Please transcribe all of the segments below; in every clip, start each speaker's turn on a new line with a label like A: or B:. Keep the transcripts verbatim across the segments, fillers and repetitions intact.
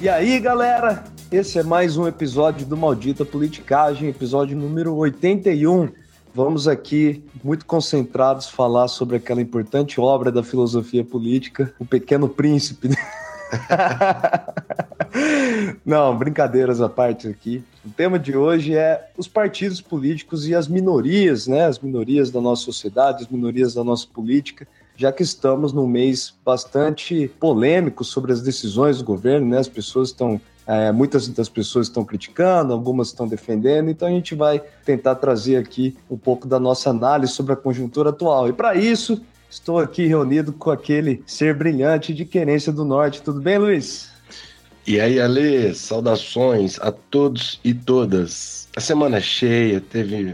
A: E aí, galera? Esse é mais um episódio do Maldita Politicagem, episódio número oitenta e um. Vamos aqui, muito concentrados, falar sobre aquela importante obra da filosofia política, O Pequeno Príncipe. Não, brincadeiras à parte aqui. O tema de hoje é os partidos políticos e as minorias, né? As minorias da nossa sociedade, as minorias da nossa política, já que estamos num mês bastante polêmico sobre as decisões do governo, né? As pessoas estão, é, muitas das pessoas estão criticando, algumas estão defendendo, então a gente vai tentar trazer aqui um pouco da nossa análise sobre a conjuntura atual. E para isso, estou aqui reunido com aquele ser brilhante de Querência do Norte. Tudo bem, Luiz?
B: E aí, Ale, saudações a todos e todas. A semana cheia, teve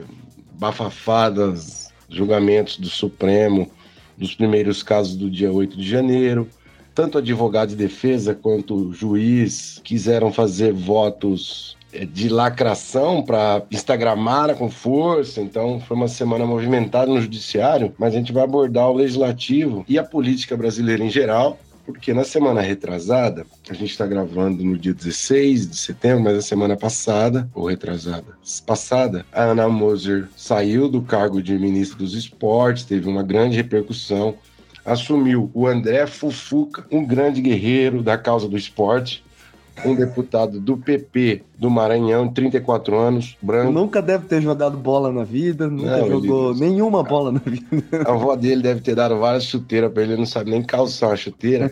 B: bafafadas, julgamentos do Supremo, dos primeiros casos do dia oito de janeiro. Tanto advogado de defesa quanto juiz quiseram fazer votos de lacração para instagramar com força, então foi uma semana movimentada no judiciário, mas a gente vai abordar o legislativo e a política brasileira em geral, porque na semana retrasada, a gente está gravando no dia dezesseis de setembro, mas a semana passada, ou retrasada, passada, a Ana Moser saiu do cargo de ministra dos esportes, teve uma grande repercussão, assumiu o André Fufuca, um grande guerreiro da causa do esporte, um deputado do P P do Maranhão, trinta e quatro anos, branco.
A: Nunca deve ter jogado bola na vida, nunca não, jogou ele... nenhuma bola na vida.
B: A avó dele deve ter dado várias chuteiras para ele, ele não sabe nem calçar uma chuteira.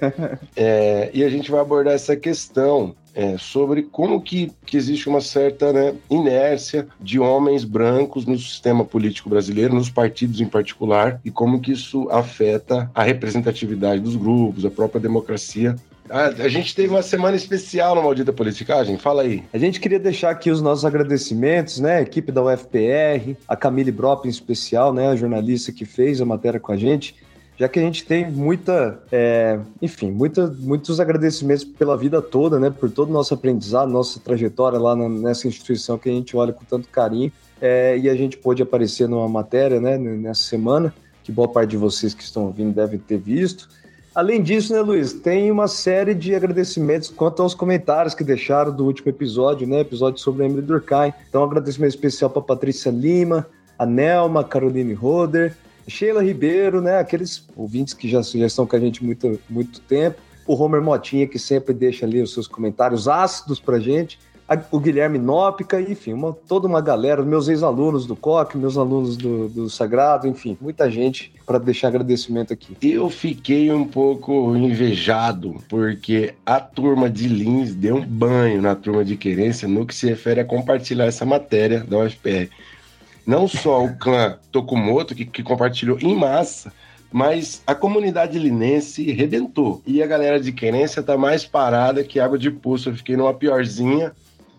B: É, e a gente vai abordar essa questão é, sobre como que, que existe uma certa, né, inércia de homens brancos no sistema político brasileiro, nos partidos em particular, e como que isso afeta a representatividade dos grupos, a própria democracia. Ah, a gente teve uma semana especial no Maldita Politicagem, fala aí.
A: A gente queria deixar aqui os nossos agradecimentos, né, a equipe da U F P R, a Camille Bropp em especial, né, a jornalista que fez a matéria com a gente, já que a gente tem muita, é, enfim, muita, muitos agradecimentos pela vida toda, né, por todo o nosso aprendizado, nossa trajetória lá na, nessa instituição que a gente olha com tanto carinho, é, e a gente pôde aparecer numa matéria, né, nessa semana, que boa parte de vocês que estão ouvindo devem ter visto. Além disso, né, Luiz, tem uma série de agradecimentos quanto aos comentários que deixaram do último episódio, né, episódio sobre a Emily Durkheim. Então, um agradecimento especial para Patrícia Lima, a Nelma, a Caroline Roder, Sheila Ribeiro, né, aqueles ouvintes que já, já estão com a gente há muito, muito tempo, o Homer Motinha, que sempre deixa ali os seus comentários ácidos para a gente, o Guilherme Nópica, enfim, uma, toda uma galera, meus ex-alunos do C O C, meus alunos do, do Sagrado, enfim, muita gente para deixar agradecimento aqui.
B: Eu fiquei um pouco invejado, porque a turma de Lins deu um banho na turma de Querência no que se refere a compartilhar essa matéria da U F P R. Não só o clã Tokumoto, que, que compartilhou em massa, mas a comunidade linense rebentou. E a galera de Querência tá mais parada que água de poço. Eu fiquei numa piorzinha.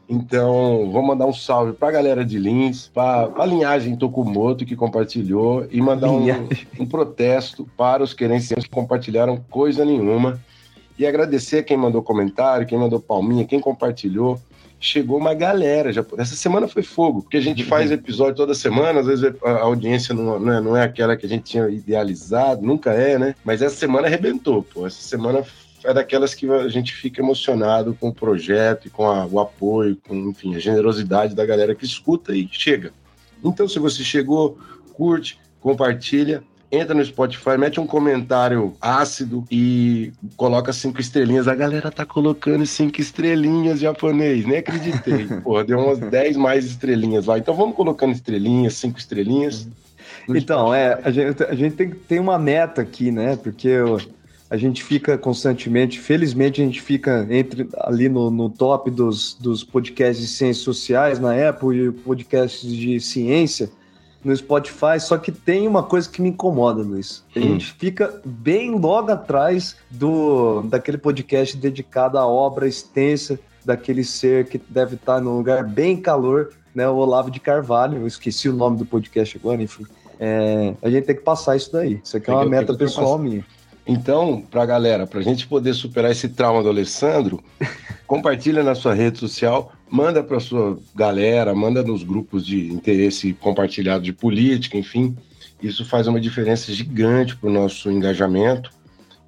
B: Então, vou mandar um salve pra galera de Lins, pra, pra linhagem Tokumoto que compartilhou, e mandar um, um protesto para os querencianos que compartilharam coisa nenhuma. E agradecer quem mandou comentário, quem mandou palminha, quem compartilhou. Chegou uma galera. Já... Essa semana foi fogo, porque a gente faz episódio toda semana, às vezes a audiência não, não, é, não é aquela que a gente tinha idealizado, nunca é, né? Mas essa semana arrebentou, pô. Essa semana é daquelas que a gente fica emocionado com o projeto e com a, o apoio, com, enfim, a generosidade da galera que escuta e chega. Então, se você chegou, curte, compartilha, entra no Spotify, mete um comentário ácido e coloca cinco estrelinhas. A galera tá colocando cinco estrelinhas japonês, nem acreditei. Pô, deu umas dez mais estrelinhas lá. Então vamos colocando estrelinhas, cinco estrelinhas.
A: Então, é, a gente, a gente tem, tem uma meta aqui, né? Porque eu... A gente fica constantemente, felizmente a gente fica entre, ali no, no top dos, dos podcasts de ciências sociais na Apple e podcasts de ciência no Spotify, só que tem uma coisa que me incomoda, Luiz. A hum. gente fica bem logo atrás do, daquele podcast dedicado à obra extensa daquele ser que deve estar num lugar bem calor, né, o Olavo de Carvalho. Eu esqueci o nome do podcast agora, enfim. É, a gente tem que passar isso daí. Isso aqui é uma meta pessoal minha.
B: Então, pra galera, pra gente poder superar esse trauma do Alessandro, compartilha na sua rede social, manda pra sua galera, manda nos grupos de interesse compartilhado de política, enfim. Isso faz uma diferença gigante pro nosso engajamento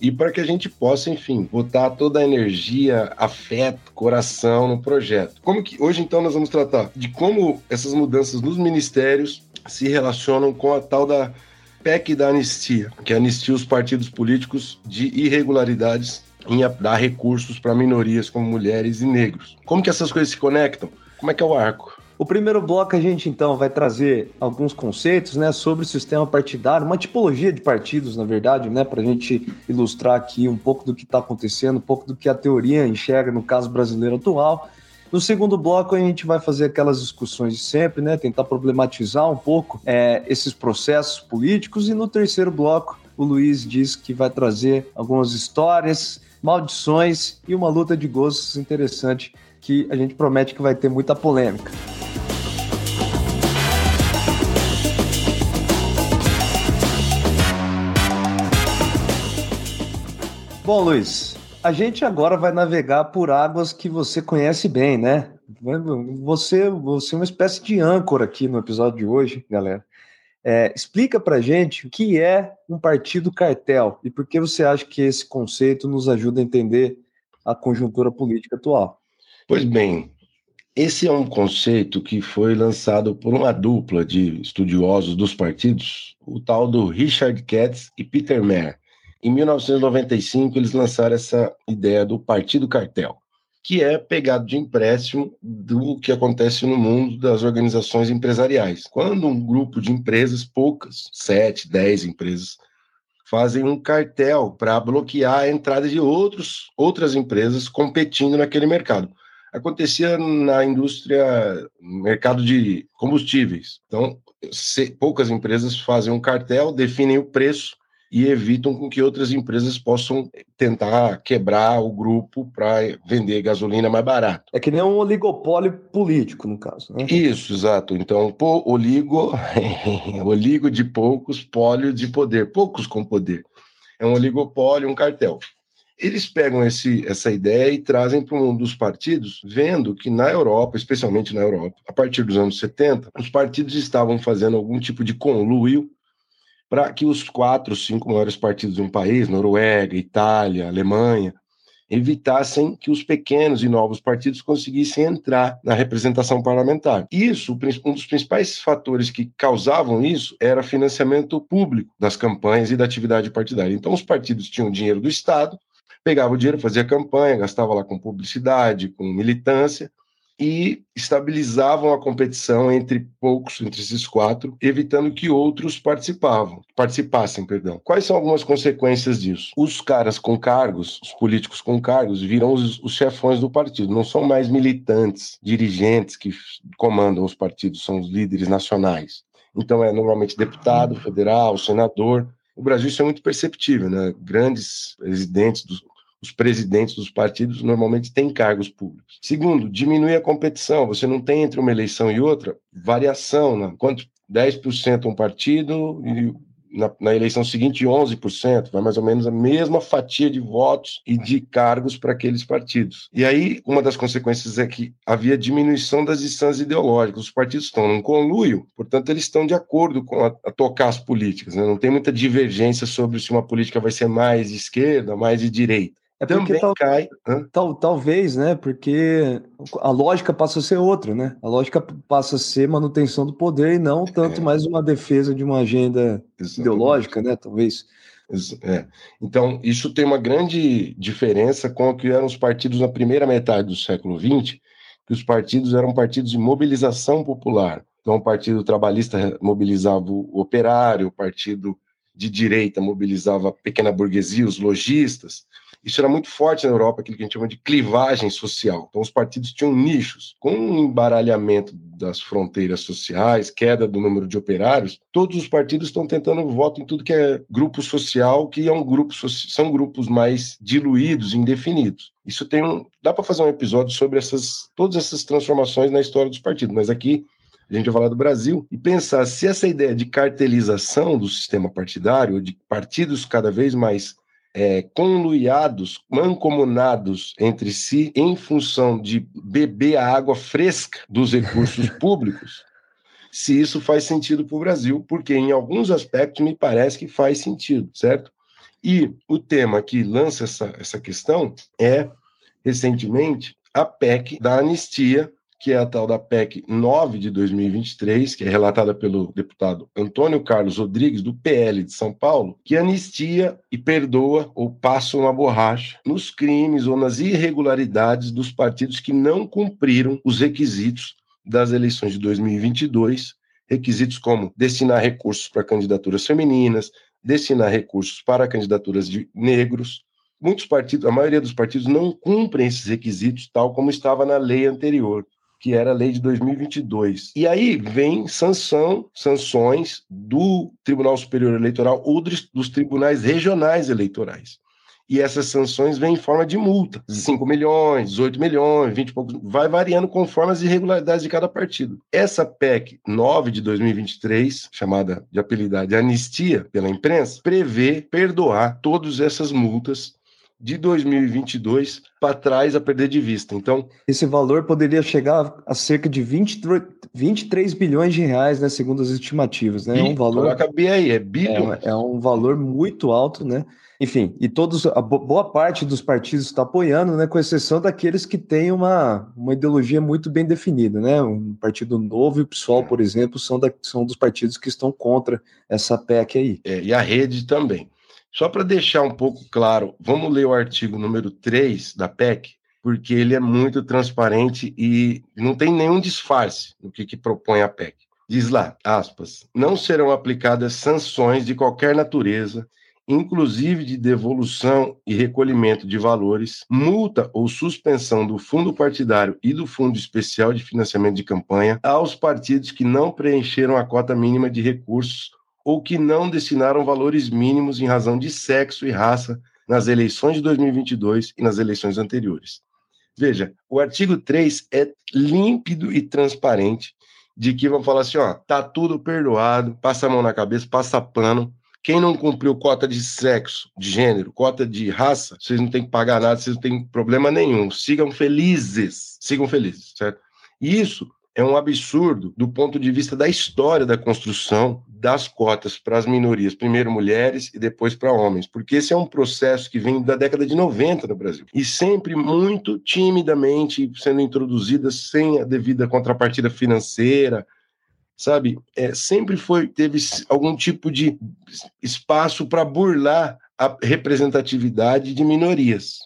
B: e para que a gente possa, enfim, botar toda a energia, afeto, coração no projeto. Como que hoje, então, nós vamos tratar de como essas mudanças nos ministérios se relacionam com a tal da P E C da anistia, que anistia os partidos políticos de irregularidades em dar recursos para minorias como mulheres e negros. Como que essas coisas se conectam? Como é que é o arco?
A: O primeiro bloco a gente, então, vai trazer alguns conceitos, né, sobre o sistema partidário, uma tipologia de partidos, na verdade, né, para a gente ilustrar aqui um pouco do que está acontecendo, um pouco do que a teoria enxerga no caso brasileiro atual. No segundo bloco, a gente vai fazer aquelas discussões de sempre, né, tentar problematizar um pouco é, esses processos políticos. E no terceiro bloco, o Luiz diz que vai trazer algumas histórias, maldições e uma luta de gostos interessante que a gente promete que vai ter muita polêmica. Bom, Luiz, a gente agora vai navegar por águas que você conhece bem, né? Você, você é uma espécie de âncora aqui no episódio de hoje, galera. É, explica pra gente o que é um partido cartel e por que você acha que esse conceito nos ajuda a entender a conjuntura política atual.
B: Pois bem, esse é um conceito que foi lançado por uma dupla de estudiosos dos partidos, o tal do Richard Katz e Peter Mayer. Em mil novecentos e noventa e cinco, eles lançaram essa ideia do partido cartel, que é pegado de empréstimo do que acontece no mundo das organizações empresariais. Quando um grupo de empresas, poucas, sete, dez empresas, fazem um cartel para bloquear a entrada de outros, outras empresas competindo naquele mercado. Acontecia na indústria, mercado de combustíveis. Então, se, poucas empresas fazem um cartel, definem o preço e evitam com que outras empresas possam tentar quebrar o grupo para vender gasolina mais barato.
A: É que nem um oligopólio político, no caso, né?
B: Isso, exato. Então, pô, oligo, oligo de poucos, pólio de poder, poucos com poder. É um oligopólio, um cartel. Eles pegam esse, essa ideia e trazem para o mundo dos partidos, vendo que na Europa, especialmente na Europa, a partir dos anos setenta, os partidos estavam fazendo algum tipo de conluio para que os quatro, cinco maiores partidos de um país, Noruega, Itália, Alemanha, evitassem que os pequenos e novos partidos conseguissem entrar na representação parlamentar. Isso, um dos principais fatores que causavam isso era financiamento público das campanhas e da atividade partidária. Então, os partidos tinham dinheiro do Estado, pegavam o dinheiro, fazia campanha, gastava lá com publicidade, com militância, e estabilizavam a competição entre poucos, entre esses quatro, evitando que outros participavam, participassem. Perdão. Quais são algumas consequências disso? Os caras com cargos, os políticos com cargos, viram os, os chefões do partido, não são mais militantes, dirigentes que comandam os partidos, são os líderes nacionais. Então é normalmente deputado federal, senador. No Brasil isso é muito perceptível, né? Grandes presidentes dos Os presidentes dos partidos normalmente têm cargos públicos. Segundo, diminui a competição. Você não tem entre uma eleição e outra variação, né? Quanto dez por cento um partido e na, na eleição seguinte onze por cento. Vai mais ou menos a mesma fatia de votos e de cargos para aqueles partidos. E aí, uma das consequências é que havia diminuição das distâncias ideológicas. Os partidos estão num conluio, portanto, eles estão de acordo com a, a tocar as políticas, né? Não tem muita divergência sobre se uma política vai ser mais de esquerda, mais de direita.
A: É porque
B: Também
A: tal,
B: cai.
A: Tal, talvez, né? Porque a lógica passa a ser outra, né? A lógica passa a ser manutenção do poder e não tanto
B: É.
A: mais uma defesa de uma agenda Exatamente. Ideológica, né? Talvez.
B: É. Então, isso tem uma grande diferença com o que eram os partidos na primeira metade do século vinte, que os partidos eram partidos de mobilização popular. Então, o Partido Trabalhista mobilizava o operário, o Partido de Direita mobilizava a pequena burguesia, os lojistas. Isso era muito forte na Europa, aquilo que a gente chama de clivagem social. Então, os partidos tinham nichos. Com o embaralhamento das fronteiras sociais, queda do número de operários, todos os partidos estão tentando voto em tudo que é grupo social, que é um grupo, são grupos mais diluídos, indefinidos. Isso tem um... Dá para fazer um episódio sobre essas, todas essas transformações na história dos partidos, mas aqui a gente vai falar do Brasil e pensar se essa ideia de cartelização do sistema partidário, de partidos cada vez mais É, conluiados, mancomunados entre si em função de beber a água fresca dos recursos públicos, se isso faz sentido para o Brasil, porque em alguns aspectos me parece que faz sentido, certo? E o tema que lança essa, essa questão é, recentemente, a P E C da anistia, que é a tal da P E C nove de dois mil e vinte e três, que é relatada pelo deputado Antônio Carlos Rodrigues, do P L de São Paulo, que anistia e perdoa ou passa uma borracha nos crimes ou nas irregularidades dos partidos que não cumpriram os requisitos das eleições de dois mil e vinte e dois, requisitos como destinar recursos para candidaturas femininas, destinar recursos para candidaturas de negros. Muitos partidos, a maioria dos partidos não cumprem esses requisitos, tal como estava na lei anterior, que era a lei de dois mil e vinte e dois. E aí vem sanção, sanções do Tribunal Superior Eleitoral ou dos tribunais regionais eleitorais. E essas sanções vêm em forma de multa, cinco milhões, dezoito milhões, vinte e poucos, vai variando conforme as irregularidades de cada partido. Essa P E C nove de dois mil e vinte e três, chamada de apelidade de anistia pela imprensa, prevê perdoar todas essas multas de dois mil e vinte e dois para trás a perder de vista. Então,
A: esse valor poderia chegar a cerca de vinte, vinte e três bilhões de reais, né, segundo as estimativas, né? É um valor,
B: coloca B aí, é bilhões.
A: É, é um valor muito alto, né? Enfim, e todos, a boa parte dos partidos está apoiando, né, com exceção daqueles que têm uma, uma ideologia muito bem definida, né? Um Partido Novo e o PSOL, por exemplo, são, da, são dos partidos que estão contra essa P E C aí.
B: É, e a rede também. Só para deixar um pouco claro, vamos ler o artigo número três da P E C, porque ele é muito transparente e não tem nenhum disfarce no que, que propõe a P E C. Diz lá, aspas, não serão aplicadas sanções de qualquer natureza, inclusive de devolução e recolhimento de valores, multa ou suspensão do fundo partidário e do fundo especial de financiamento de campanha aos partidos que não preencheram a cota mínima de recursos ou que não destinaram valores mínimos em razão de sexo e raça nas eleições de dois mil e vinte e dois e nas eleições anteriores. Veja, o artigo três é límpido e transparente, de que vão falar assim, ó, tá tudo perdoado, passa a mão na cabeça, passa pano. Quem não cumpriu cota de sexo, de gênero, cota de raça, vocês não têm que pagar nada, vocês não têm problema nenhum. Sigam felizes, sigam felizes, certo? E isso é um absurdo do ponto de vista da história da construção das cotas para as minorias, primeiro mulheres e depois para homens, porque esse é um processo que vem da década de noventa no Brasil, e sempre muito timidamente sendo introduzida sem a devida contrapartida financeira, sabe? É, sempre foi, teve algum tipo de espaço para burlar a representatividade de minorias.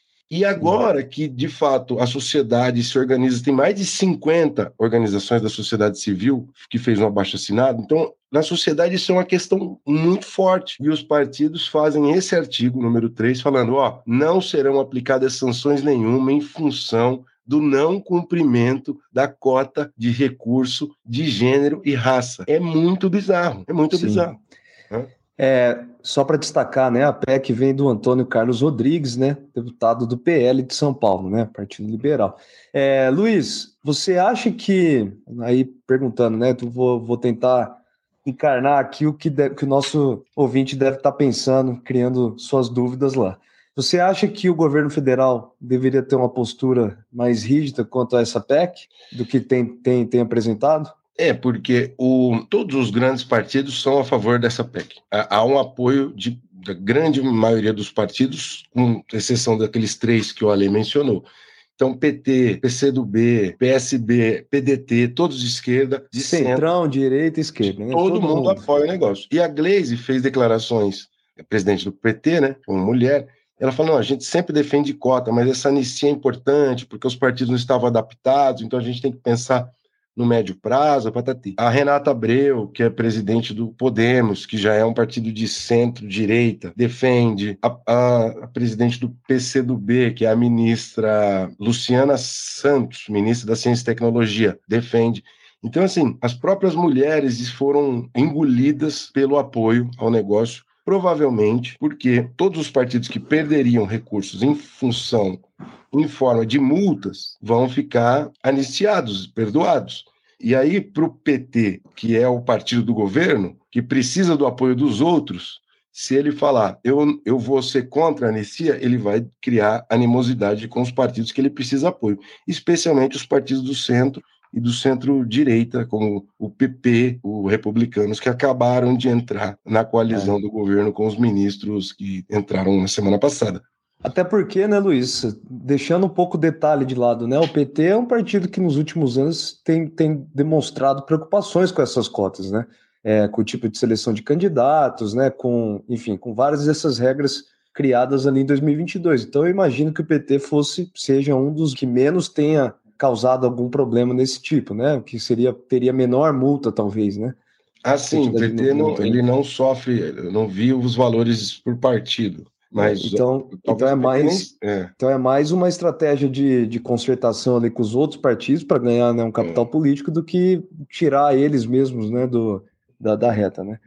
B: E agora que, de fato, a sociedade se organiza, tem mais de cinquenta organizações da sociedade civil que fez um abaixo-assinado, então, na sociedade isso é uma questão muito forte. E os partidos fazem esse artigo, número três, falando, ó, não serão aplicadas sanções nenhuma em função do não cumprimento da cota de recurso de gênero e raça. É muito bizarro, é muito Sim. bizarro. Hã?
A: É, só para destacar, né, a P E C vem do Antônio Carlos Rodrigues, né, deputado do P L de São Paulo, né, Partido Liberal. É, Luiz, você acha que, aí perguntando, né, tu vou, vou tentar encarnar aqui o que, deve, que o nosso ouvinte deve estar pensando, criando suas dúvidas lá. Você acha que o governo federal deveria ter uma postura mais rígida quanto a essa P E C do que tem, tem, tem apresentado?
B: É, porque o, todos os grandes partidos são a favor dessa P E C. Há, há um apoio de, da grande maioria dos partidos, com exceção daqueles três que o Ale mencionou. Então, P T, P C do B, P S B, P D T, todos de esquerda, de
A: Centrão,
B: centro,
A: direita e esquerda. Né?
B: Todo, todo mundo, mundo apoia o negócio. E a Gleisi fez declarações, a presidente do P T, né, como mulher, ela falou, não, a gente sempre defende cota, mas essa anistia é importante porque os partidos não estavam adaptados, então a gente tem que pensar no médio prazo, patati. A Renata Abreu, que é presidente do Podemos, que já é um partido de centro-direita, defende. A, a, a presidente do P C do B, que é a ministra Luciana Santos, ministra da Ciência e Tecnologia, defende. Então, assim, as próprias mulheres foram engolidas pelo apoio ao negócio, provavelmente porque todos os partidos que perderiam recursos em função, em forma de multas, vão ficar anistiados, perdoados. E aí, para o P T, que é o partido do governo, que precisa do apoio dos outros, se ele falar, eu, eu vou ser contra a anistia, ele vai criar animosidade com os partidos que ele precisa de apoio, especialmente os partidos do centro, e do centro-direita, como o P P, os republicanos, que acabaram de entrar na coalizão é. do governo com os ministros que entraram na semana passada.
A: Até porque, né, Luiz, deixando um pouco o detalhe de lado, né, o P T é um partido que nos últimos anos tem, tem demonstrado preocupações com essas cotas, né, é, com o tipo de seleção de candidatos, né, com, enfim, com várias dessas regras criadas ali em dois mil e vinte e dois. Então eu imagino que o P T fosse, seja um dos que menos tenha causado algum problema nesse tipo, né, que seria, teria menor multa, talvez, né.
B: Ah, sim, o P T não, ele não sofre, eu não vi os valores por partido. Mas,
A: é, então, então, é mais, nem... é. então é mais uma estratégia de, de concertação ali com os outros partidos para ganhar, né, um capital é. político do que tirar eles mesmos, né, do, da, da reta, né?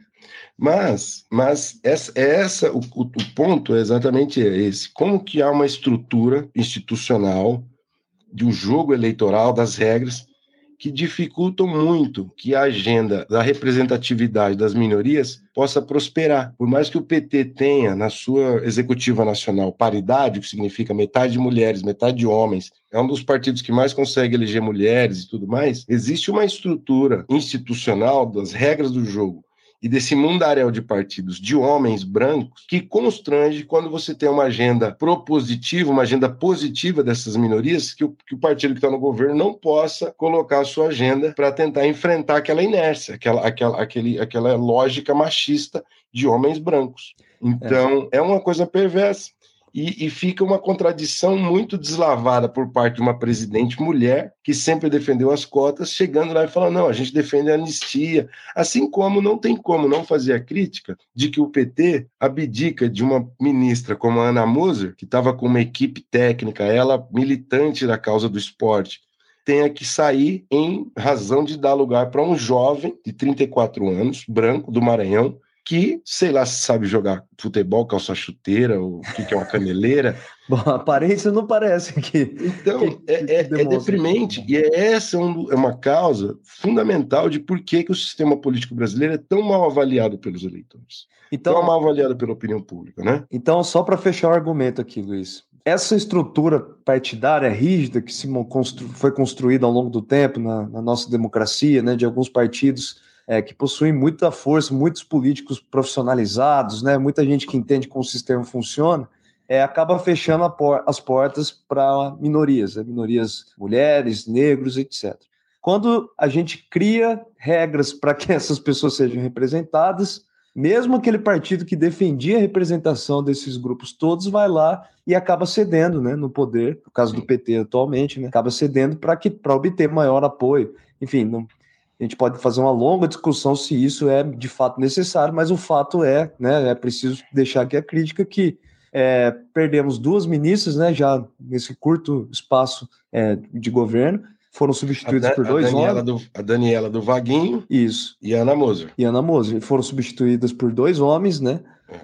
B: Mas, mas essa, essa o, o, o ponto é exatamente esse. Como que há uma estrutura institucional de um jogo eleitoral, das regras, que dificultam muito que a agenda da representatividade das minorias possa prosperar. Por mais que o P T tenha na sua executiva nacional paridade, que significa metade de mulheres, metade de homens, é um dos partidos que mais consegue eleger mulheres e tudo mais, existe uma estrutura institucional das regras do jogo e desse mundaréu de partidos de homens brancos que constrange quando você tem uma agenda propositiva, uma agenda positiva dessas minorias, que o, que o partido que está no governo não possa colocar a sua agenda para tentar enfrentar aquela inércia, aquela, aquela, aquele, aquela lógica machista de homens brancos. Então, é, é uma coisa perversa. E, e fica uma contradição muito deslavada por parte de uma presidente mulher que sempre defendeu as cotas, chegando lá e falando, não, a gente defende a anistia, assim como não tem como não fazer a crítica de que o P T abdica de uma ministra como a Ana Moser, que estava com uma equipe técnica, ela militante da causa do esporte, tenha que sair em razão de dar lugar para um jovem de trinta e quatro anos, branco, do Maranhão, que, sei lá, se sabe jogar futebol, calça chuteira, ou o que, que é uma caneleira.
A: Bom, a aparência não parece que...
B: Então,
A: que,
B: é, é, é deprimente, e essa é, um, é uma causa fundamental de por que, que o sistema político brasileiro é tão mal avaliado pelos eleitores, então, tão mal avaliado pela opinião pública, né?
A: Então, só para fechar o argumento aqui, Luiz, essa estrutura partidária rígida que se constru, foi construída ao longo do tempo na, na nossa democracia, né, de alguns partidos... É, que possuem muita força, muitos políticos profissionalizados, né, muita gente que entende como o sistema funciona, é, acaba fechando por, as portas para minorias, né, minorias mulheres, negros, etcétera. Quando a gente cria regras para que essas pessoas sejam representadas, mesmo aquele partido que defendia a representação desses grupos todos vai lá e acaba cedendo, né, no poder, no caso do P T atualmente, né, acaba cedendo para obter maior apoio. Enfim, não... A gente pode fazer uma longa discussão se isso é de fato necessário, mas o fato é, né, é preciso deixar aqui a crítica que é, perdemos duas ministras, né, já nesse curto espaço é, de governo, foram substituídas
B: a,
A: por dois
B: a Daniela
A: homens.
B: Do, a Daniela do Vaguinho
A: Isso.
B: E a Ana Moser.
A: E a Ana Moser. Foram substituídas por dois homens, né,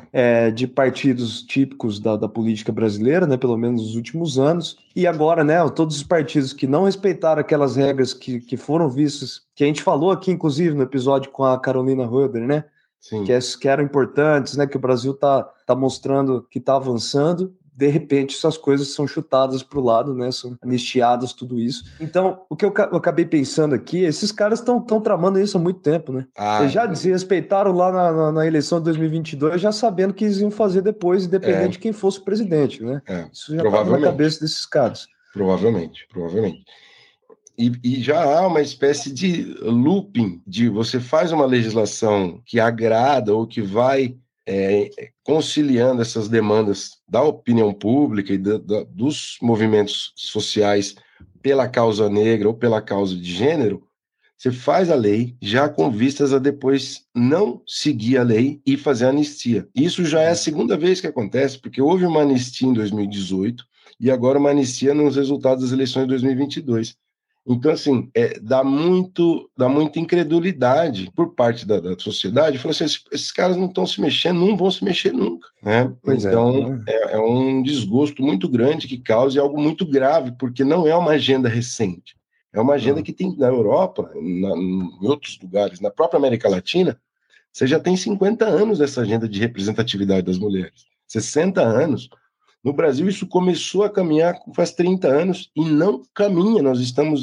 A: é, de partidos típicos da, da política brasileira, né, pelo menos nos últimos anos, e agora, né, todos os partidos que não respeitaram aquelas regras que, que foram vistas, que a gente falou aqui, inclusive, no episódio com a Carolina Roeder, né,
B: Sim.
A: Que, que eram importantes, né, que o Brasil tá, tá mostrando que tá avançando, de repente essas coisas são chutadas para o lado, né, são anistiadas, tudo isso. Então, o que eu, eu acabei pensando aqui, esses caras estão tramando isso há muito tempo, né?
B: Ah,
A: Eles já
B: é.
A: desrespeitaram lá na, na, na eleição de dois mil e vinte e dois, já sabendo que eles iam fazer depois, independente é. de quem fosse o presidente, né?
B: É.
A: Isso já estava na cabeça desses caras.
B: Provavelmente, provavelmente. E, e já há uma espécie de looping, de você faz uma legislação que agrada ou que vai é, conciliando essas demandas da opinião pública e da, da, dos movimentos sociais pela causa negra ou pela causa de gênero, você faz a lei já com vistas a depois não seguir a lei e fazer a anistia. Isso já é a segunda vez que acontece, porque houve uma anistia em dois mil e dezoito e agora uma anistia nos resultados das eleições de dois mil e vinte e dois. Então, assim, é, dá, muito, dá muita incredulidade por parte da, da sociedade. Fala assim, esses, esses caras não estão se mexendo, não vão se mexer nunca. Né?
A: Pois
B: então, é. É, é um desgosto muito grande que causa algo muito grave, porque não é uma agenda recente. É uma agenda que tem na Europa, na, em outros lugares, na própria América Latina, você já tem cinquenta anos dessa agenda de representatividade das mulheres. sessenta anos. No Brasil, isso começou a caminhar faz trinta anos e não caminha. Nós estamos em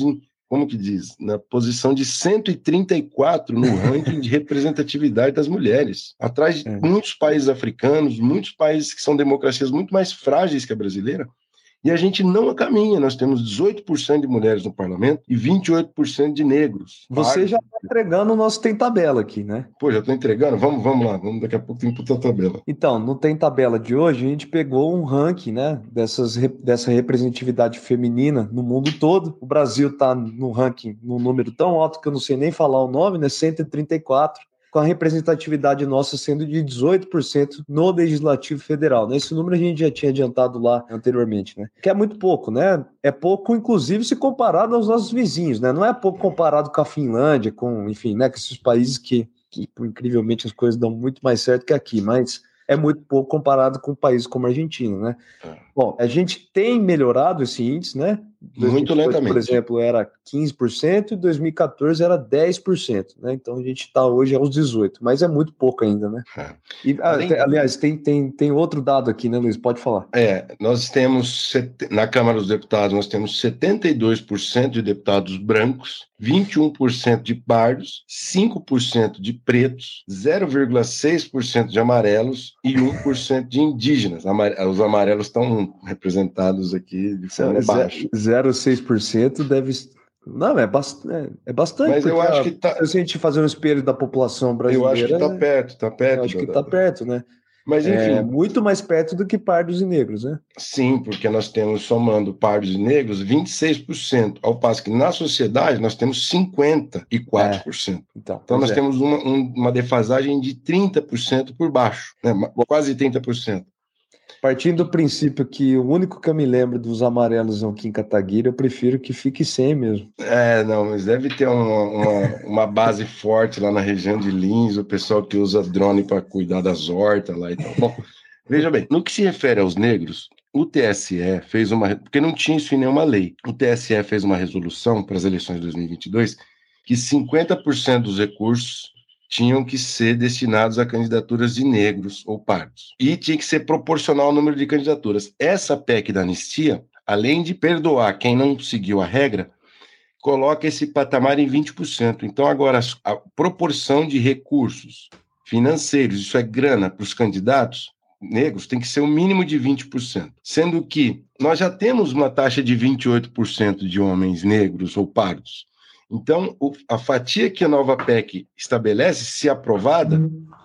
B: como que diz, na posição de cento e trinta e quatro no ranking de representatividade das mulheres, atrás de é. muitos países africanos, muitos países que são democracias muito mais frágeis que a brasileira, e a gente não caminha. Nós temos dezoito por cento de mulheres no parlamento e vinte e oito por cento de negros.
A: Você Pardos. Já está entregando o nosso Tem Tabela aqui, né?
B: Pô, já estou entregando? Vamos, vamos lá, vamos, daqui a pouco tem que botar a tabela.
A: Então, no Tem Tabela de hoje, a gente pegou um ranking, né, dessas, dessa representatividade feminina no mundo todo. O Brasil está no ranking, num número tão alto que eu não sei nem falar o nome, né, cento e trinta e quatro. Com a representatividade nossa sendo de dezoito por cento no Legislativo Federal, né? Esse número a gente já tinha adiantado lá anteriormente, né? Que é muito pouco, né? É pouco, inclusive, se comparado aos nossos vizinhos, né? Não é pouco comparado com a Finlândia, com, enfim, né? Com esses países que, que, incrivelmente, as coisas dão muito mais certo que aqui, mas é muito pouco comparado com países como a Argentina, né? É. Bom, a gente tem melhorado esse índice, né?
B: Muito lentamente.
A: Por exemplo, era quinze por cento e em dois mil e quatorze era dez por cento, né? Então a gente está hoje aos dezoito por cento, mas é muito pouco ainda, né? É. E, Além... aliás, tem, tem, tem outro dado aqui, né, Luiz? Pode falar.
B: É, nós temos, na Câmara dos Deputados, nós temos setenta e dois por cento de deputados brancos, vinte e um por cento de pardos, cinco por cento de pretos, zero vírgula seis por cento de amarelos e um por cento de indígenas. Os amarelos estão representados aqui de forma baixa.
A: zero vírgula seis por cento deve... Não, é, bast... é, é bastante.
B: Mas eu acho a... que tá...
A: Se a gente fazer um espelho da população brasileira...
B: Eu acho que está perto, está perto.
A: Eu acho que está perto, né?
B: Mas, enfim...
A: É muito mais perto do que pardos e negros, né?
B: Sim, porque nós temos, somando pardos e negros, vinte e seis por cento, ao passo que na sociedade nós temos cinquenta e quatro por cento. É. Então, então nós é. temos uma, um, uma defasagem de trinta por cento por baixo, né? Quase trinta por cento.
A: Partindo do princípio que o único que eu me lembro dos amarelos é o Kim Kataguiri, eu prefiro que fique sem mesmo.
B: É, não, mas deve ter uma, uma, uma base forte lá na região de Lins, o pessoal que usa drone para cuidar das hortas lá e tal. Bom, veja bem, no que se refere aos negros, o T S E fez uma... Porque não tinha isso em nenhuma lei. O T S E fez uma resolução para as eleições de dois mil e vinte e dois que cinquenta por cento dos recursos tinham que ser destinados a candidaturas de negros ou pardos. E tinha que ser proporcional ao número de candidaturas. Essa P E C da anistia, além de perdoar quem não seguiu a regra, coloca esse patamar em vinte por cento. Então, agora, a proporção de recursos financeiros, isso é grana para os candidatos negros, tem que ser o mínimo de vinte por cento. Sendo que nós já temos uma taxa de vinte e oito por cento de homens negros ou pardos. Então, o, a fatia que a nova P E C estabelece, se aprovada,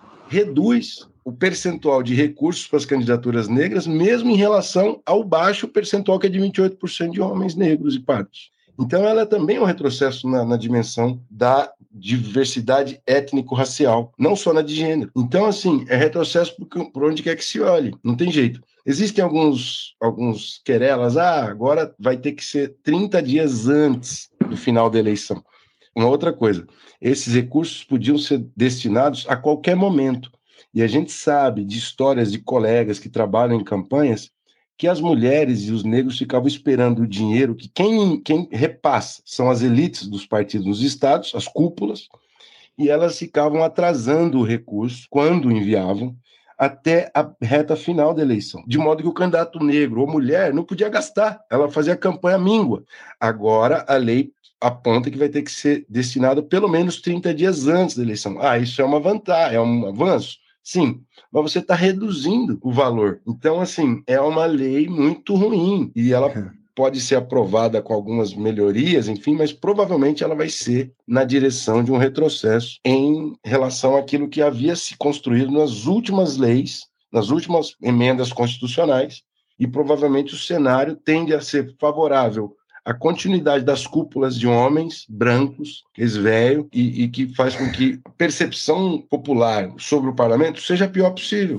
B: reduz o percentual de recursos para as candidaturas negras, mesmo em relação ao baixo percentual que é de vinte e oito por cento de homens negros e pardos. Então, ela é também um retrocesso na, na dimensão da diversidade étnico-racial, não só na de gênero. Então, assim, é retrocesso por, por onde quer que se olhe, não tem jeito. Existem alguns, alguns querelas, ah, agora vai ter que ser trinta dias antes do final da eleição. Uma outra coisa, esses recursos podiam ser destinados a qualquer momento. E a gente sabe de histórias de colegas que trabalham em campanhas que as mulheres e os negros ficavam esperando o dinheiro, que quem, quem repassa são as elites dos partidos nos estados, as cúpulas, e elas ficavam atrasando o recurso quando enviavam, até a reta final da eleição, de modo que o candidato negro ou mulher não podia gastar, ela fazia campanha míngua. Agora a lei aponta que vai ter que ser destinado pelo menos trinta dias antes da eleição. Ah, isso é uma vantagem, é um avanço? Sim, mas você está reduzindo o valor. Então, assim, é uma lei muito ruim e ela pode ser aprovada com algumas melhorias, enfim, mas provavelmente ela vai ser na direção de um retrocesso em relação àquilo que havia se construído nas últimas leis, nas últimas emendas constitucionais, e provavelmente o cenário tende a ser favorável à continuidade das cúpulas de homens brancos, ex-velho, e, e que faz com que a percepção popular sobre o parlamento seja a pior possível.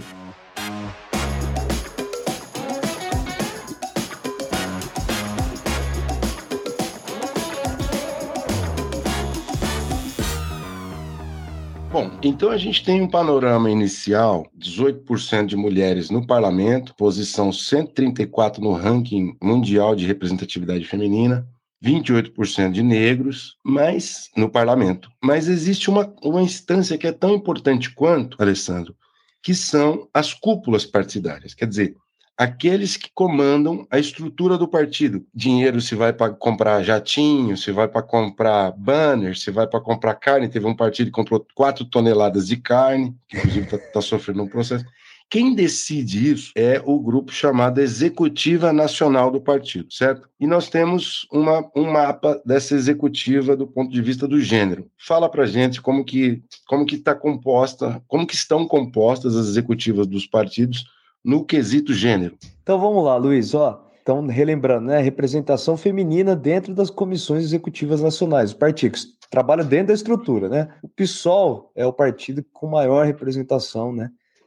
B: Bom, então a gente tem um panorama inicial, dezoito por cento de mulheres no parlamento, posição cento e trinta e quatro no ranking mundial de representatividade feminina, vinte e oito por cento de negros, mas no parlamento. Mas existe uma, uma instância que é tão importante quanto, Alessandro, que são as cúpulas partidárias. Quer dizer, aqueles que comandam a estrutura do partido. Dinheiro se vai para comprar jatinho, se vai para comprar banner, se vai para comprar carne. Teve um partido que comprou quatro toneladas de carne, que inclusive está tá sofrendo um processo. Quem decide isso é o grupo chamado Executiva Nacional do partido, certo? E nós temos uma, um mapa dessa executiva do ponto de vista do gênero. Fala pra gente como que como que está composta, como que estão compostas as executivas dos partidos no quesito gênero.
A: Então vamos lá, Luiz, ó. Então, relembrando, né, representação feminina dentro das comissões executivas nacionais, os partidos trabalham dentro da estrutura, né? O PSOL é o partido com maior representação, né?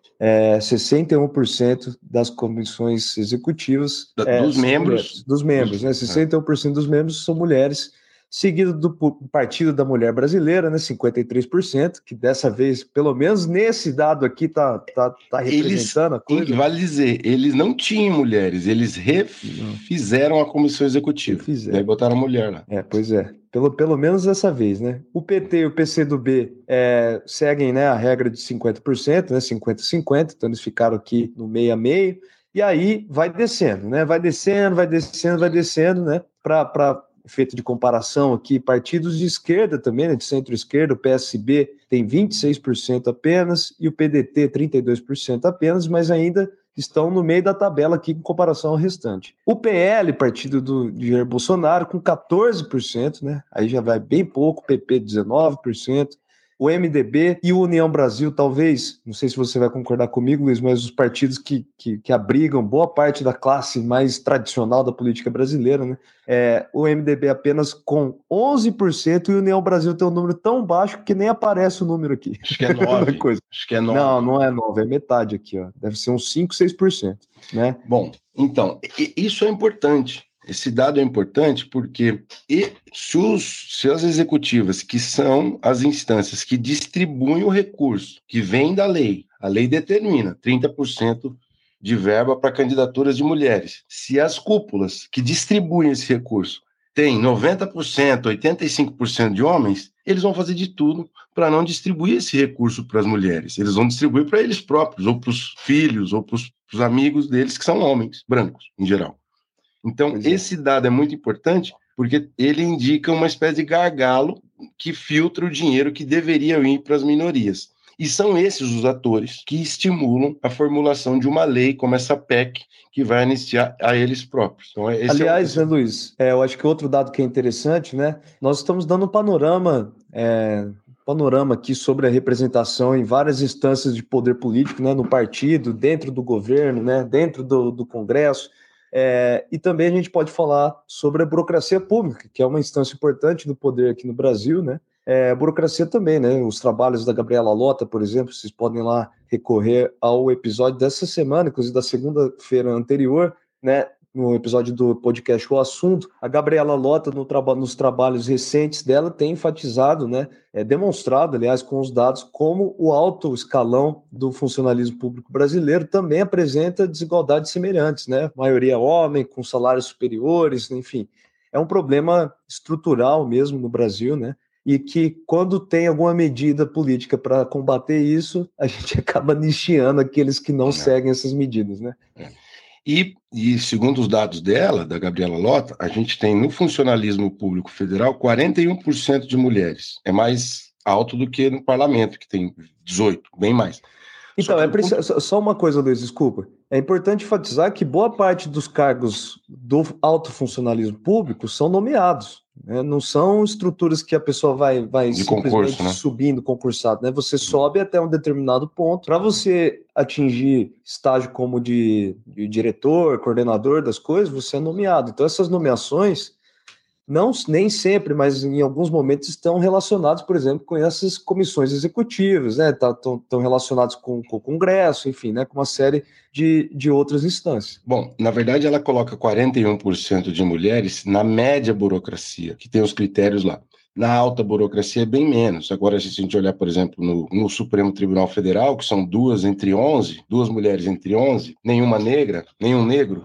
A: É, sessenta e um por cento das comissões executivas
B: da,
A: é,
B: dos membros
A: mulheres, dos membros, né? sessenta e um por cento dos membros são mulheres, seguido do Partido da Mulher Brasileira, né? cinquenta e três por cento, que dessa vez, pelo menos nesse dado aqui, tá, tá, tá representando
B: eles,
A: a coisa.
B: Vale dizer, eles não tinham mulheres, eles refizeram a comissão executiva.
A: Fizeram.
B: Daí botaram mulher lá.
A: É, pois é. Pelo, pelo menos dessa vez, né? O P T e o P C do B é, seguem, né, a regra de cinquenta por cento, né? cinquenta a cinquenta, então eles ficaram aqui no meio a meio, e aí vai descendo, né? Vai descendo, vai descendo, vai descendo, né? Para efeito de comparação aqui, partidos de esquerda também, né? De centro-esquerda, o P S B tem vinte e seis por cento apenas, e o P D T trinta e dois por cento apenas, mas ainda estão no meio da tabela aqui em comparação ao restante. O P L, partido do, de Jair Bolsonaro, com quatorze por cento, né? Aí já vai bem pouco, o P P dezenove por cento, o M D B e o União Brasil, talvez, não sei se você vai concordar comigo, Luiz, mas os partidos que, que, que abrigam boa parte da classe mais tradicional da política brasileira, né? É, o M D B apenas com onze por cento e o União Brasil tem um número tão baixo que nem aparece o número aqui.
B: Acho que é nove. Coisa. Acho que é nove.
A: Não, não é nove, é metade aqui, ó. Deve ser uns cinco, seis por cento, né?
B: Bom, então, isso é importante. Esse dado é importante porque e se, os, se as executivas, que são as instâncias que distribuem o recurso, que vem da lei, a lei determina trinta por cento de verba para candidaturas de mulheres. Se as cúpulas que distribuem esse recurso têm noventa por cento, oitenta e cinco por cento de homens, eles vão fazer de tudo para não distribuir esse recurso para as mulheres. Eles vão distribuir para eles próprios, ou para os filhos, ou para os amigos deles, que são homens, brancos, em geral. Então, pois esse é. dado é muito importante porque ele indica uma espécie de gargalo que filtra o dinheiro que deveria ir para as minorias. E são esses os atores que estimulam a formulação de uma lei como essa P E C, que vai anistiar a eles próprios. Então, esse
A: Aliás,
B: é o...
A: né, Luiz, é, eu acho que outro dado que é interessante, né? Nós estamos dando um panorama, é, panorama aqui sobre a representação em várias instâncias de poder político, né? No partido, dentro do governo, né? Dentro do, do Congresso. É, e também a gente pode falar sobre a burocracia pública, que é uma instância importante do poder aqui no Brasil, né? É, a burocracia também, né? Os trabalhos da Gabriela Lota, por exemplo, vocês podem lá recorrer ao episódio dessa semana, inclusive da segunda-feira anterior, né? No episódio do podcast O Assunto, a Gabriela Lota, no traba- nos trabalhos recentes dela, tem enfatizado, né, é demonstrado, aliás, com os dados, como o alto escalão do funcionalismo público brasileiro também apresenta desigualdades semelhantes, né? Maioria homem, com salários superiores, enfim. É um problema estrutural mesmo no Brasil, né? E que, quando tem alguma medida política para combater isso, a gente acaba nicheando aqueles que não, não. seguem essas medidas, né?
B: É. E, e, segundo os dados dela, da Gabriela Lota, a gente tem no funcionalismo público federal quarenta e um por cento de mulheres. É mais alto do que no parlamento, que tem dezoito, bem mais.
A: Então, é preciso, ponto... só uma coisa, Luiz, desculpa. É importante enfatizar que boa parte dos cargos do alto funcionalismo público são nomeados, né? Não são estruturas que a pessoa vai, vai
B: de
A: simplesmente
B: concurso, né?
A: subindo, concursado, né? Você sobe até um determinado ponto. Para você atingir estágio como de, de diretor, coordenador das coisas, você é nomeado. Então, essas nomeações, não, nem sempre, mas em alguns momentos estão relacionados, por exemplo, com essas comissões executivas, né? Estão tá, relacionados com, com o Congresso, enfim, né? Com uma série de, de outras instâncias.
B: Bom, na verdade, ela coloca quarenta e um por cento de mulheres na média burocracia, que tem os critérios lá. Na alta burocracia é bem menos. Agora, se a gente olhar, por exemplo, no, no Supremo Tribunal Federal, que são duas entre onze, duas mulheres entre onze, nenhuma negra, nenhum negro,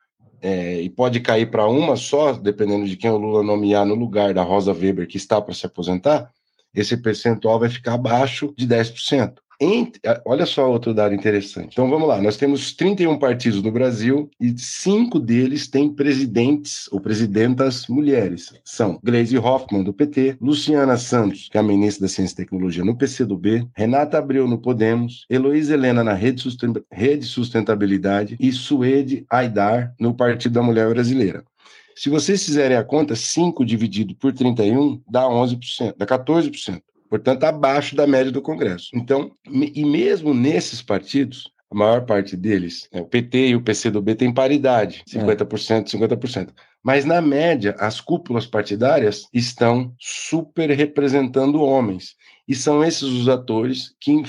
B: É, e pode cair para uma só, dependendo de quem o Lula nomear no lugar da Rosa Weber, que está para se aposentar, esse percentual vai ficar abaixo de dez por cento. Entre, olha só outro dado interessante. Então vamos lá, nós temos trinta e um partidos no Brasil e cinco deles têm presidentes ou presidentas mulheres. São Gleisi Hoffmann, do P T, Luciana Santos, que é a ministra da Ciência e Tecnologia no P C do B, Renata Abreu no Podemos, Heloísa Helena na Rede Sustentabilidade e Suede Aidar no Partido da Mulher Brasileira. Se vocês fizerem a conta, cinco dividido por trinta e um dá onze por cento, dá quatorze por cento. Portanto, abaixo da média do Congresso. Então, e mesmo nesses partidos, a maior parte deles, né, o P T e o P C do B têm paridade, cinquenta por cento, cinquenta por cento. Mas, na média, as cúpulas partidárias estão super representando homens. E são esses os atores que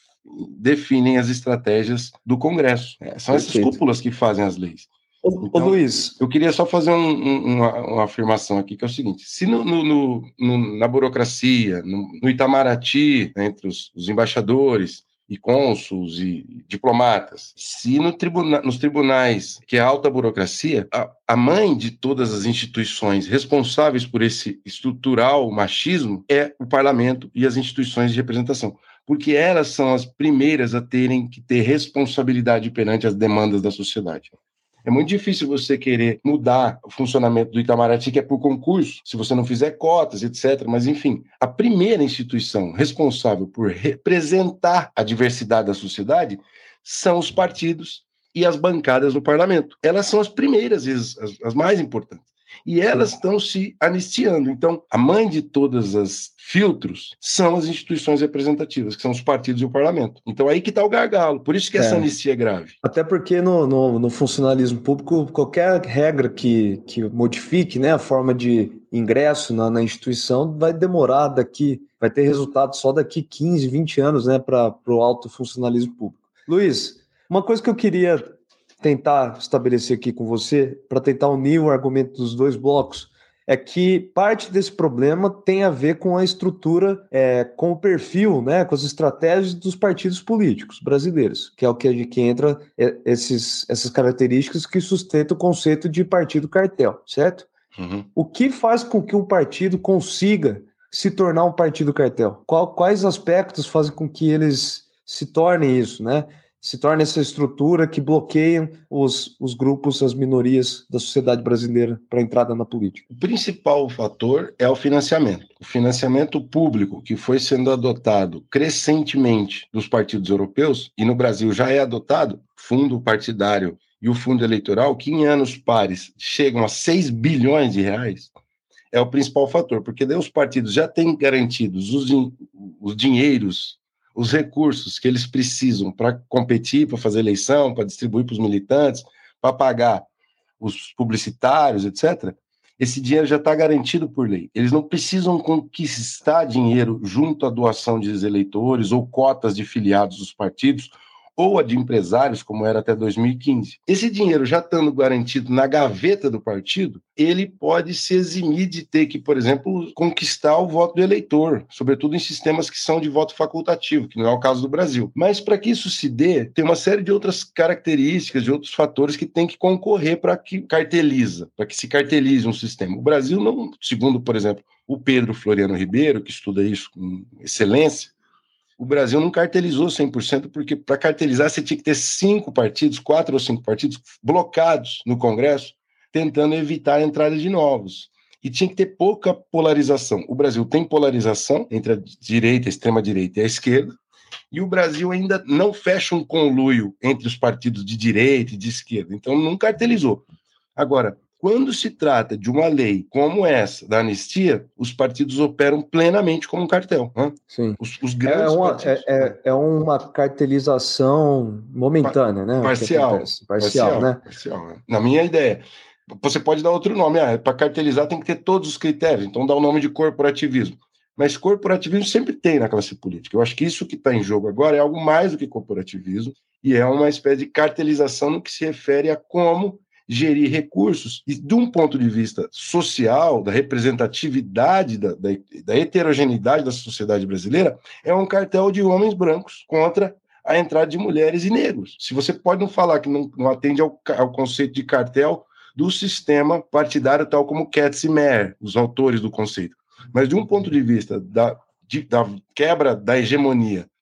B: definem as estratégias do Congresso. É, são essas
A: Perfeito.
B: cúpulas que fazem as leis.
A: Ô,
B: Então,
A: ô Luiz,
B: eu queria só fazer um, um, uma, uma afirmação aqui, que é o seguinte: se no, no, no, na burocracia, no, no Itamaraty, né, entre os, os embaixadores e cônsuls e diplomatas, se no tribuna, nos tribunais, que é alta burocracia, a, a mãe de todas as instituições responsáveis por esse estrutural machismo é o parlamento e as instituições de representação, porque elas são as primeiras a terem que ter responsabilidade perante as demandas da sociedade. É muito difícil você querer mudar o funcionamento do Itamaraty, que é por concurso, se você não fizer cotas, etcétera. Mas, enfim, a primeira instituição responsável por representar a diversidade da sociedade são os partidos e as bancadas no parlamento. Elas são as primeiras, as, as mais importantes. E elas estão se anistiando. Então, a mãe de todas as filtros são as instituições representativas, que são os partidos e o parlamento. Então, aí que está o gargalo. Por isso que essa é. anistia é grave.
A: Até porque no, no, no funcionalismo público, qualquer regra que, que modifique, né, a forma de ingresso na, na instituição vai demorar daqui, vai ter resultado só daqui quinze, vinte anos, né, para o alto funcionalismo público. Luiz, uma coisa que eu queria tentar estabelecer aqui com você, para tentar unir o argumento dos dois blocos, é que parte desse problema tem a ver com a estrutura, é, com o perfil, né, com as estratégias dos partidos políticos brasileiros, que é o que, que entra é, esses, essas características que sustentam o conceito de partido cartel, certo?
B: Uhum.
A: O que faz com que um partido consiga se tornar um partido cartel? Qual, quais aspectos fazem com que eles se tornem isso, né? Se torna essa estrutura que bloqueiam os, os grupos, as minorias da sociedade brasileira para a entrada na política?
B: O principal fator é o financiamento. O financiamento público que foi sendo adotado crescentemente dos partidos europeus, e no Brasil já é adotado, fundo partidário e o fundo eleitoral, que em anos pares chegam a seis bilhões de reais, é o principal fator, porque daí os partidos já têm garantidos os, os dinheiros, os recursos que eles precisam para competir, para fazer eleição, para distribuir para os militantes, para pagar os publicitários, etcétera. Esse dinheiro já está garantido por lei. Eles não precisam conquistar dinheiro junto à doação de eleitores ou cotas de filiados dos partidos ou a de empresários, como era até dois mil e quinze. Esse dinheiro já estando garantido na gaveta do partido, ele pode se eximir de ter que, por exemplo, conquistar o voto do eleitor, sobretudo em sistemas que são de voto facultativo, que não é o caso do Brasil. Mas para que isso se dê, tem uma série de outras características, de outros fatores que tem que concorrer para que carteliza, para que se cartelize um sistema. O Brasil não, segundo, por exemplo, o Pedro Floriano Ribeiro, que estuda isso com excelência, o Brasil não cartelizou cem por cento, porque para cartelizar você tinha que ter cinco partidos, quatro ou cinco partidos blocados no Congresso, tentando evitar a entrada de novos. E tinha que ter pouca polarização. O Brasil tem polarização entre a direita, a extrema-direita e a esquerda, e o Brasil ainda não fecha um conluio entre os partidos de direita e de esquerda. Então não cartelizou. Agora, quando se trata de uma lei como essa, da anistia, os partidos operam plenamente como um cartel. Né?
A: Sim.
B: Os, os grandes
A: é, uma,
B: partidos,
A: é, é, é uma cartelização momentânea, né?
B: Parcial.
A: Parcial, parcial, né?
B: Parcial, né? Na minha ideia. Você pode dar outro nome. Ah, para cartelizar tem que ter todos os critérios, então dá o nome de corporativismo. Mas corporativismo sempre tem na classe política. Eu acho que isso que está em jogo agora é algo mais do que corporativismo e é uma espécie de cartelização no que se refere a como gerir recursos, e de um ponto de vista social, da representatividade, da, da, da heterogeneidade da sociedade brasileira, é um cartel de homens brancos contra a entrada de mulheres e negros. Se você pode não falar que não, não atende ao, ao conceito de cartel do sistema partidário, tal como Katz e Meyer, os autores do conceito, mas de um ponto de vista da, de, da quebra da hegemonia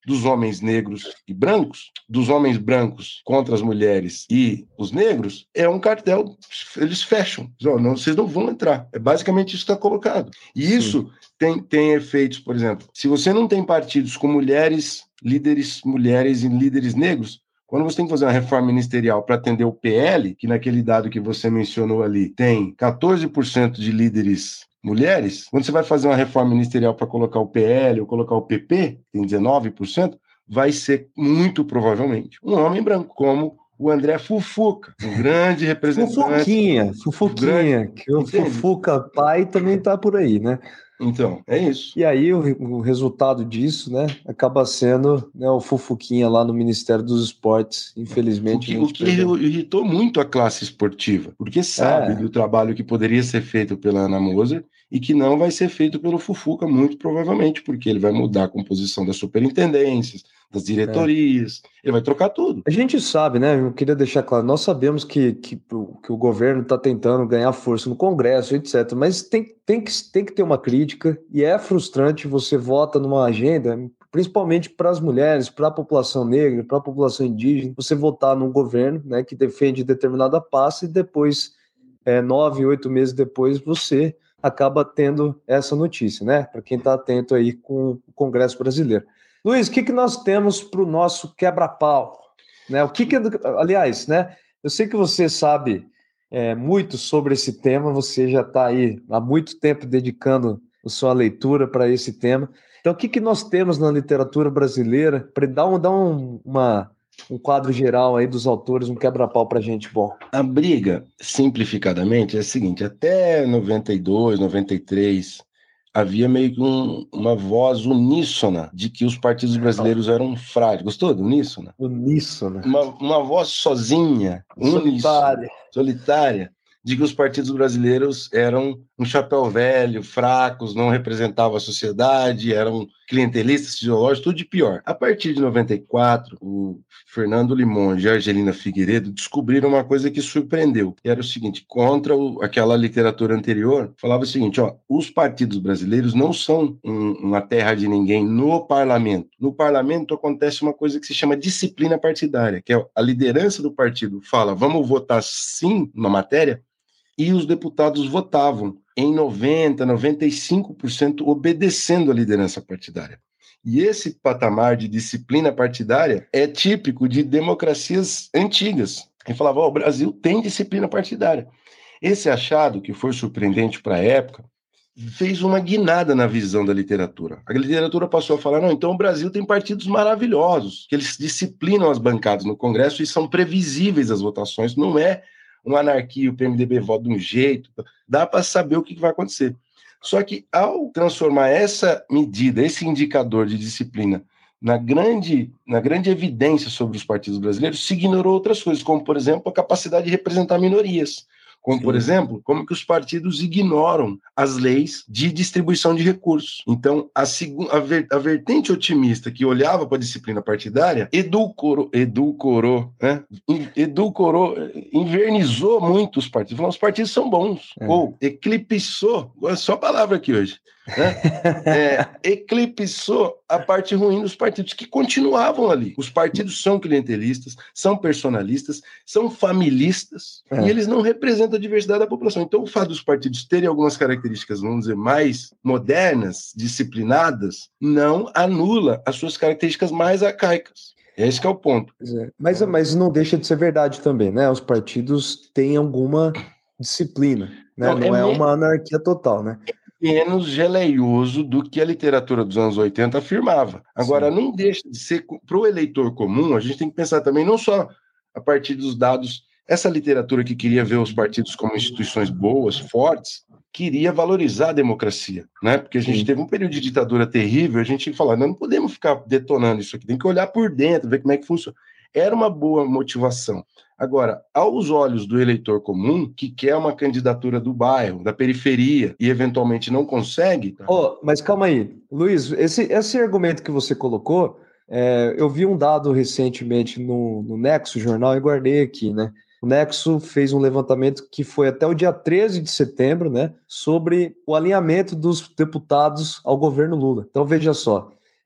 B: dos homens negros e brancos, dos homens brancos contra as mulheres e os negros, é um cartel, eles fecham. Não, vocês não vão entrar. É basicamente isso que está colocado. E Sim. isso tem, tem efeitos, por exemplo, se você não tem partidos com mulheres, líderes mulheres e líderes negros, quando você tem que fazer uma reforma ministerial para atender o P L, que naquele dado que você mencionou ali tem quatorze por cento de líderes mulheres, quando você vai fazer uma reforma ministerial para colocar o P L ou colocar o P P, tem dezenove por cento, vai ser muito provavelmente um homem branco, como o André Fufuca, um grande representante.
A: Fufuquinha, Fufuquinha, grande... que o Entende? Fufuca pai também está por aí, né?
B: Então, é isso.
A: E aí, o, o resultado disso, né, acaba sendo, né, o Fufuquinha lá no Ministério dos Esportes, infelizmente.
B: O que, o que irritou muito a classe esportiva, porque sabe é. do trabalho que poderia ser feito pela Ana Moser e que não vai ser feito pelo Fufuca, muito provavelmente, porque ele vai mudar a composição das superintendências, das diretorias, é. ele vai trocar tudo.
A: A gente sabe, né, eu queria deixar claro, nós sabemos que, que, que o governo está tentando ganhar força no Congresso, etcétera, mas tem, tem, que, tem que ter uma crítica, e é frustrante você vota numa agenda, principalmente para as mulheres, para a população negra, para a população indígena, você votar num governo, né, que defende determinada pasta e depois, é, nove, oito meses depois, você acaba tendo essa notícia, né, para quem está atento aí com o Congresso brasileiro. Luiz, o que, que nós temos para o nosso quebra-pau? Né? O que, que aliás, né? Eu sei que você sabe é, muito sobre esse tema, você já está aí há muito tempo dedicando a sua leitura para esse tema. Então, o que, que nós temos na literatura brasileira para dar, um, dar um, uma, um quadro geral aí dos autores, um quebra-pau para a gente bom?
B: A briga, simplificadamente, é a seguinte: até noventa e dois, noventa e três, havia meio que um, uma voz uníssona de que os partidos brasileiros eram frágeis. Gostou do uníssona?
A: Uníssona.
B: Uma, uma voz sozinha, solitária. solitária, de que os partidos brasileiros eram um chapéu velho, fracos, não representavam a sociedade, eram clientelistas, ideológicos, tudo de pior. A partir de noventa e quatro, o Fernando Limões e a Argelina Figueiredo descobriram uma coisa que surpreendeu. E era o seguinte: contra o, aquela literatura anterior, falava o seguinte, ó, os partidos brasileiros não são um, uma terra de ninguém no parlamento. No parlamento acontece uma coisa que se chama disciplina partidária, que é a liderança do partido fala, vamos votar sim na matéria, e os deputados votavam em noventa, noventa e cinco por cento obedecendo a liderança partidária. E esse patamar de disciplina partidária é típico de democracias antigas. Ele falava, ó, o Brasil tem disciplina partidária. Esse achado, que foi surpreendente para a época, fez uma guinada na visão da literatura. A literatura passou a falar, não, então o Brasil tem partidos maravilhosos, que eles disciplinam as bancadas no Congresso e são previsíveis as votações, não é uma anarquia, o P M D B vota de um jeito, dá para saber o que vai acontecer. Só que ao transformar essa medida, esse indicador de disciplina, na grande, na grande evidência sobre os partidos brasileiros, se ignorou outras coisas, como, por exemplo, a capacidade de representar minorias. Como, Sim. por exemplo, como que os partidos ignoram as leis de distribuição de recursos. Então, a, a, ver, a vertente otimista que olhava para a disciplina partidária edulcorou, edulcorou, né? edulcorou, invernizou muito os partidos. Falou, os partidos são bons. É. Ou eclipsou, só a palavra aqui hoje, né? é, eclipsou a parte ruim dos partidos que continuavam ali. Os partidos são clientelistas, são personalistas, são familistas, é. e eles não representam a diversidade da população. Então, o fato dos partidos terem algumas características, vamos dizer, mais modernas, disciplinadas, não anula as suas características mais arcaicas. Esse que é o ponto.
A: É. Mas, mas não deixa de ser verdade também, né? Os partidos têm alguma disciplina, né? Não, não é, é uma anarquia total, né?
B: Menos geleioso do que a literatura dos anos oitenta afirmava. Agora, Sim. não deixa de ser, para o eleitor comum, a gente tem que pensar também não só a partir dos dados, essa literatura que queria ver os partidos como instituições boas, fortes, queria valorizar a democracia, né? Porque a gente Sim. teve um período de ditadura terrível, a gente tinha que falar, não, não podemos ficar detonando isso aqui, tem que olhar por dentro, ver como é que funciona. Era uma boa motivação. Agora, aos olhos do eleitor comum, que quer uma candidatura do bairro, da periferia, e eventualmente não consegue...
A: Oh, mas calma aí, Luiz, esse, esse argumento que você colocou, é, eu vi um dado recentemente no, no Nexo Jornal e guardei aqui, né? O Nexo fez um levantamento que foi até o dia treze de setembro, né? Sobre o alinhamento dos deputados ao governo Lula. Então, veja só,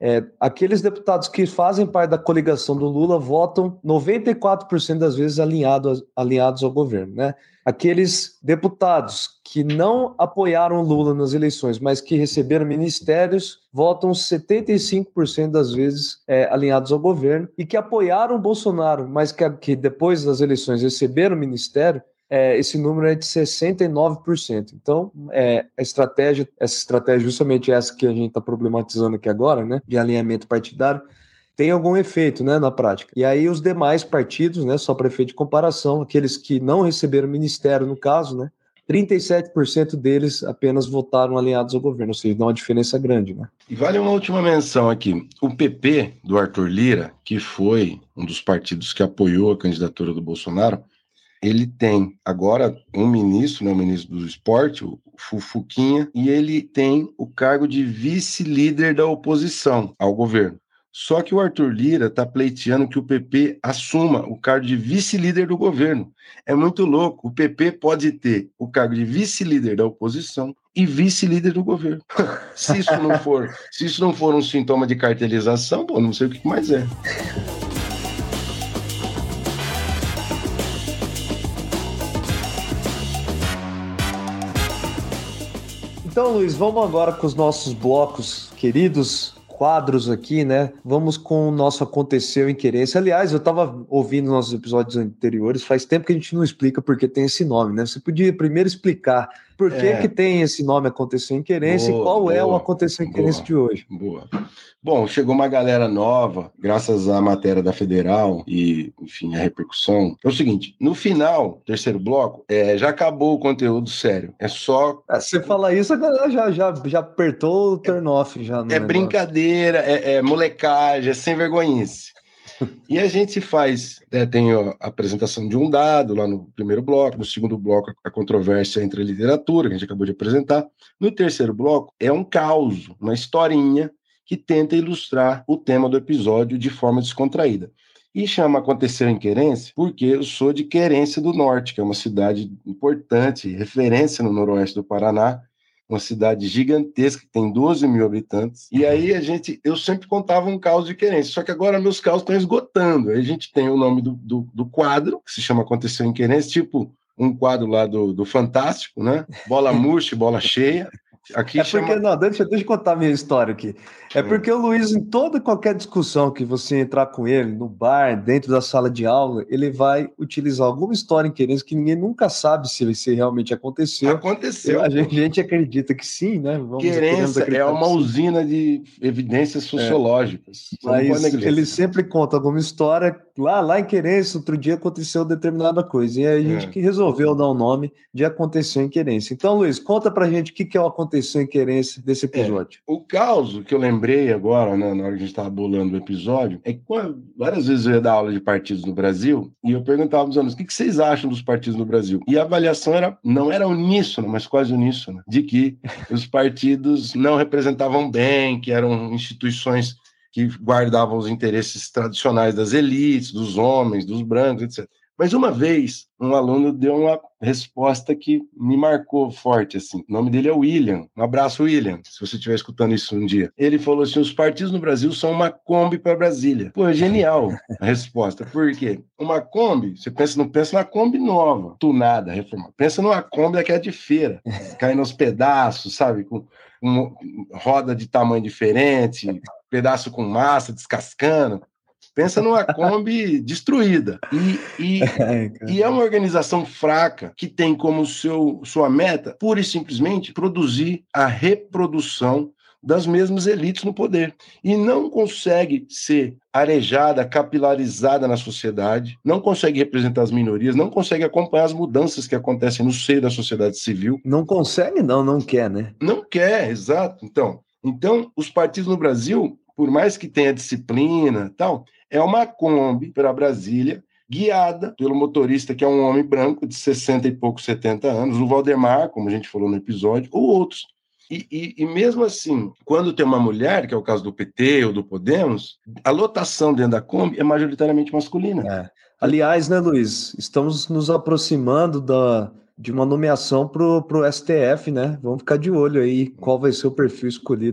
A: É, aqueles deputados que fazem parte da coligação do Lula votam noventa e quatro por cento das vezes alinhado, alinhados ao governo, né? Aqueles deputados que não apoiaram Lula nas eleições, mas que receberam ministérios, votam setenta e cinco por cento das vezes é, alinhados ao governo, e que apoiaram Bolsonaro, mas que, que depois das eleições receberam ministério, É, esse número é de sessenta e nove por cento. Então, é, a estratégia, essa estratégia, justamente essa que a gente está problematizando aqui agora, né, de alinhamento partidário, tem algum efeito, né, na prática. E aí os demais partidos, né, só para efeito de comparação, aqueles que não receberam ministério, no caso, né, trinta e sete por cento deles apenas votaram alinhados ao governo, ou seja, dá uma diferença grande, né?
B: E vale uma última menção aqui. O P P do Arthur Lira, que foi um dos partidos que apoiou a candidatura do Bolsonaro, ele tem agora um ministro, né, o ministro do esporte, o Fufuquinha, e ele tem o cargo de vice-líder da oposição ao governo. Só que o Arthur Lira está pleiteando que o P P assuma o cargo de vice-líder do governo. É muito louco. O P P pode ter o cargo de vice-líder da oposição e vice-líder do governo. Se isso não for, se isso não for um sintoma de cartelização, pô, não sei o que mais é.
A: Então, Luiz, vamos agora com os nossos blocos queridos, quadros aqui, né? Vamos com o nosso Aconteceu em Querência. Aliás, eu estava ouvindo nossos episódios anteriores, faz tempo que a gente não explica porque tem esse nome, né? Você podia primeiro explicar por que, é. que tem esse nome Aconteceu em Querência boa, e qual boa, é o Aconteceu em Querência boa, de hoje.
B: Boa. Bom, chegou uma galera nova, graças à matéria da Federal e, enfim, a repercussão. É o seguinte, no final, terceiro bloco, é, já acabou o conteúdo sério. É só...
A: É, você fala isso, a galera já, já, já apertou o turn-off. Já no
B: é negócio. Brincadeira, é, é molecagem, é sem vergonhice. E a gente faz, né, tem a apresentação de um dado lá no primeiro bloco, no segundo bloco a controvérsia entre a literatura, que a gente acabou de apresentar. No terceiro bloco é um caos, uma historinha que tenta ilustrar o tema do episódio de forma descontraída. E chama Aconteceu em Querência porque eu sou de Querência do Norte, que é uma cidade importante, referência no noroeste do Paraná, uma cidade gigantesca, que tem doze mil habitantes. E aí a gente, eu sempre contava um caos de Querência, só que agora meus caos estão esgotando. Aí a gente tem o nome do, do, do quadro, que se chama Aconteceu em Querência, tipo um quadro lá do, do Fantástico, né? Bola murcha, bola cheia. Aqui
A: é
B: chama...
A: porque, não, deixa, deixa eu contar a minha história aqui. É porque o Luiz, em toda qualquer discussão que você entrar com ele, no bar, dentro da sala de aula, ele vai utilizar alguma história em Querência que ninguém nunca sabe se, se realmente aconteceu.
B: Aconteceu.
A: A gente, a gente acredita que sim, né?
B: Vamos, Querência é uma usina de evidências sociológicas.
A: É. Mas ele sempre conta alguma história. Lá, lá em Querência, outro dia aconteceu determinada coisa. E aí a gente é. que resolveu dar o nome de Aconteceu em Querência. Então, Luiz, conta pra gente o que, que é o Aconteceu em Querência desse episódio.
B: É. O caos que eu lembrei agora, né, na hora que a gente estava bolando o episódio, é que várias vezes eu ia dar aula de partidos no Brasil e eu perguntava aos alunos, o que, que vocês acham dos partidos no Brasil? E a avaliação era, não era uníssona, mas quase uníssona, de que os partidos não representavam bem, que eram instituições que guardavam os interesses tradicionais das elites, dos homens, dos brancos, etcétera. Mas uma vez, um aluno deu uma resposta que me marcou forte, assim. O nome dele é William. Um abraço, William, se você estiver escutando isso um dia. Ele falou assim, os partidos no Brasil são uma Kombi para Brasília. Pô, é genial a resposta. Por quê? Uma Kombi, você pensa, não pensa na Kombi nova, tunada, reformada. Pensa numa Kombi daquela de feira, caindo aos pedaços, sabe? Com uma roda de tamanho diferente, pedaço com massa, descascando. Pensa numa Kombi destruída. E, e, é, e é uma organização fraca que tem como seu, sua meta, pura e simplesmente, produzir a reprodução das mesmas elites no poder. E não consegue ser arejada, capilarizada na sociedade, não consegue representar as minorias, não consegue acompanhar as mudanças que acontecem no seio da sociedade civil.
A: Não consegue, não, não quer, né?
B: Não quer, exato. Então, então os partidos no Brasil, por mais que tenha disciplina e tal, é uma Kombi para Brasília, guiada pelo motorista, que é um homem branco de sessenta e poucos, setenta anos, o Valdemar, como a gente falou no episódio, ou outros. E, e, e mesmo assim, quando tem uma mulher, que é o caso do P T ou do Podemos, a lotação dentro da Kombi é majoritariamente masculina.
A: É. Aliás, né, Luiz, estamos nos aproximando da, de uma nomeação para o S T F, né? Vamos ficar de olho aí qual vai ser o perfil escolhido.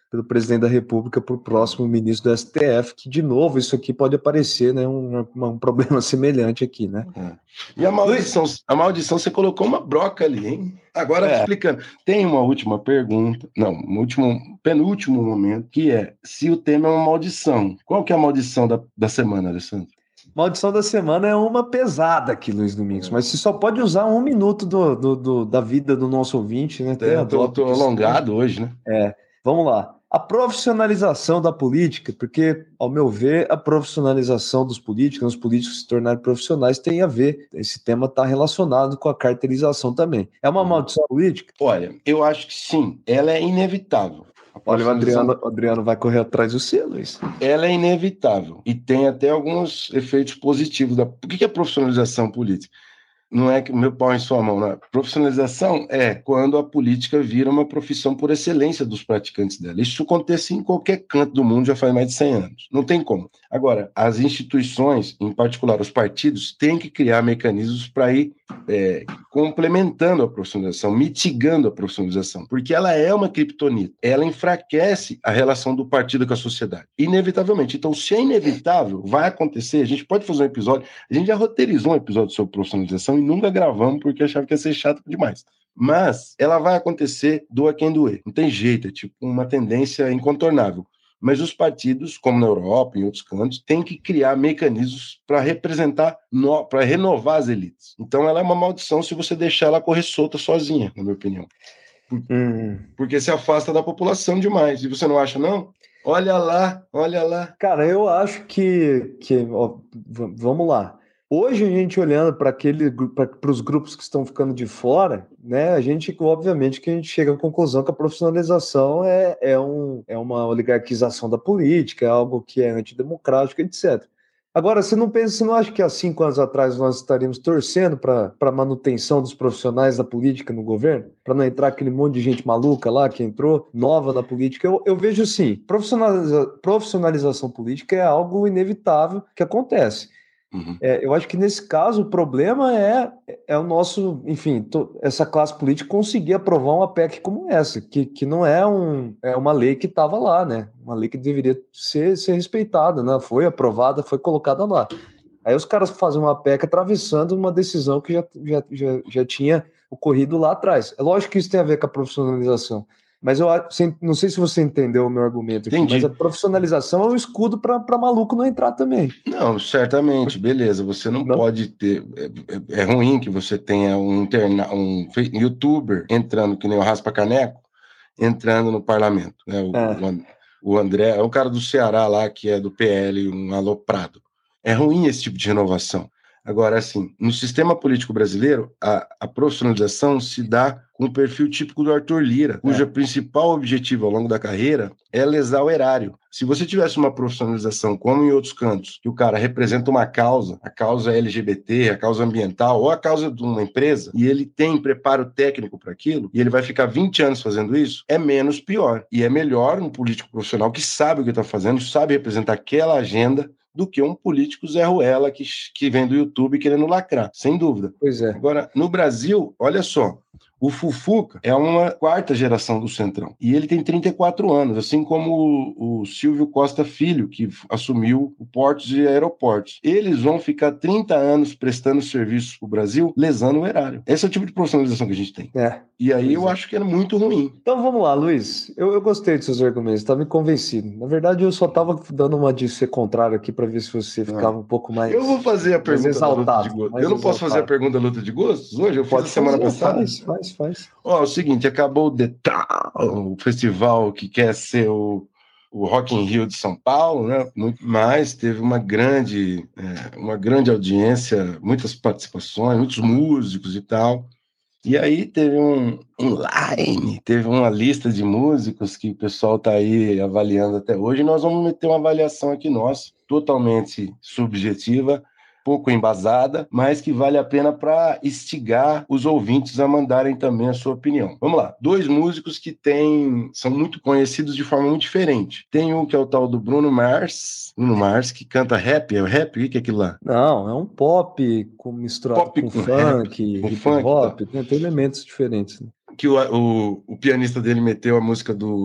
A: pelo presidente da República para o próximo ministro do S T F, que, de novo, isso aqui pode aparecer, né, um, um problema semelhante aqui, né?
B: É. E a maldição, a maldição, você colocou uma broca ali, hein? Agora, é. explicando, tem uma última pergunta, não, um último, penúltimo momento, que é, se o tema é uma maldição, qual que é a maldição da, da semana, Alessandro?
A: Maldição da semana é uma pesada aqui, Luiz Domingos, é. mas você só pode usar um minuto do, do, do, da vida do nosso ouvinte, né?
B: É, eu tô, tô alongado hoje, né?
A: É, vamos lá. A profissionalização da política, porque, ao meu ver, a profissionalização dos políticos, os políticos se tornarem profissionais, tem a ver, esse tema está relacionado com a carteirização também. É uma maldição política?
B: Olha, eu acho que sim, ela é inevitável.
A: Olha, o Adriano, o Adriano vai correr atrás do selo, isso.
B: Ela é inevitável e tem até alguns efeitos positivos. Da... Por que é profissionalização política? Não é que meu pau em sua mão, não. Profissionalização é quando a política vira uma profissão por excelência dos praticantes dela. Isso acontece em qualquer canto do mundo já faz mais de cem anos. Não tem como. Agora, as instituições, em particular os partidos, têm que criar mecanismos para ir é, complementando a profissionalização, mitigando a profissionalização, porque ela é uma criptonita. Ela enfraquece a relação do partido com a sociedade, inevitavelmente. Então, se é inevitável, vai acontecer. A gente pode fazer um episódio, a gente já roteirizou um episódio sobre profissionalização e nunca gravamos porque achava que ia ser chato demais. Mas ela vai acontecer, doa quem doer. Não tem jeito, é tipo uma tendência incontornável. Mas os partidos, como na Europa e em outros cantos, têm que criar mecanismos para representar, no... para renovar as elites. Então ela é uma maldição se você deixar ela correr solta sozinha, na minha opinião. Por... Hum. Porque se afasta da população demais. E você não acha, não? Olha lá, olha lá.
A: Cara, eu acho que... que ó, vamos lá. Hoje, a gente olhando para aquele para os grupos que estão ficando de fora, né, a gente, obviamente, que a gente chega à conclusão que a profissionalização é, é, um, é uma oligarquização da política, é algo que é antidemocrático, etcétera. Agora, você não pensa, você não acha que há cinco anos atrás nós estaríamos torcendo para a manutenção dos profissionais da política no governo? Para não entrar aquele monte de gente maluca lá que entrou, nova na política? Eu, eu vejo assim, profissionaliza, profissionalização política é algo inevitável que acontece. Uhum. É, eu acho que nesse caso o problema é, é o nosso, enfim, to, essa classe política conseguir aprovar uma P E C como essa, que, que não é, um, é uma lei que estava lá, né? Uma lei que deveria ser, ser respeitada, né? Foi aprovada, foi colocada lá. Aí os caras fazem uma P E C atravessando uma decisão que já, já, já, já tinha ocorrido lá atrás. É lógico que isso tem a ver com a profissionalização. Mas eu não sei se você entendeu o meu argumento aqui, Entendi. Mas a profissionalização é um escudo para maluco não entrar também.
B: Não, certamente, beleza. Você não, não. pode ter. É, é ruim que você tenha um, interna, um youtuber entrando, que nem o Raspa Caneco, entrando no parlamento. Né? O, é. o André é o cara do Ceará lá, que é do P L, um aloprado. É ruim esse tipo de renovação. Agora, assim, no sistema político brasileiro, a, a profissionalização se dá com o perfil típico do Arthur Lira, cujo é. principal objetivo ao longo da carreira é lesar o erário. Se você tivesse uma profissionalização, como em outros cantos, que o cara representa uma causa, a causa L G B T, a causa ambiental, ou a causa de uma empresa, e ele tem preparo técnico para aquilo, e ele vai ficar vinte anos fazendo isso, é menos pior. E é melhor um político profissional que sabe o que está fazendo, sabe representar aquela agenda, do que um político Zé Ruela que, que vem do YouTube querendo lacrar, sem dúvida.
A: Pois é.
B: Agora, no Brasil, olha só, o Fufuca é uma quarta geração do Centrão, e ele tem trinta e quatro anos, assim como o, o Silvio Costa Filho, que assumiu o Portos e Aeroportos. Eles vão ficar trinta anos prestando serviço para o Brasil, lesando o erário. Esse é o tipo de profissionalização que a gente tem.
A: É.
B: E aí
A: pois
B: eu
A: é.
B: acho que é muito ruim.
A: Então vamos lá, Luiz. Eu, eu gostei dos seus argumentos, tá me convencido. Na verdade, eu só tava dando uma de ser contrário aqui para ver se você ficava um pouco mais.
B: Eu vou fazer a pergunta
A: exaltado,
B: da luta de gostos. Eu não posso fazer a pergunta da luta de gostos hoje? Eu
A: Pode
B: fiz a semana
A: fazer,
B: passada.
A: Faz, faz, faz.
B: Ó, é o seguinte, acabou o The Town, o festival que quer ser o, o Rock in Rio de São Paulo, né? Muito mais, teve uma grande, é, uma grande audiência, muitas participações, muitos músicos e tal. E aí teve um, um line, teve uma lista de músicos que o pessoal está aí avaliando até hoje, e nós vamos meter uma avaliação aqui nossa, totalmente subjetiva, pouco embasada, mas que vale a pena para instigar os ouvintes a mandarem também a sua opinião. Vamos lá, dois músicos que têm, são muito conhecidos de forma muito diferente. Tem um que é o tal do Bruno Mars, Bruno Mars, que canta rap, é o rap? O que é aquilo lá?
A: Não, é um pop com misturado
B: pop
A: com,
B: com
A: funk,
B: rap, com
A: hip
B: funk,
A: hop,
B: tá.
A: né? Tem elementos diferentes. Né?
B: Que o, o, o pianista dele meteu a música do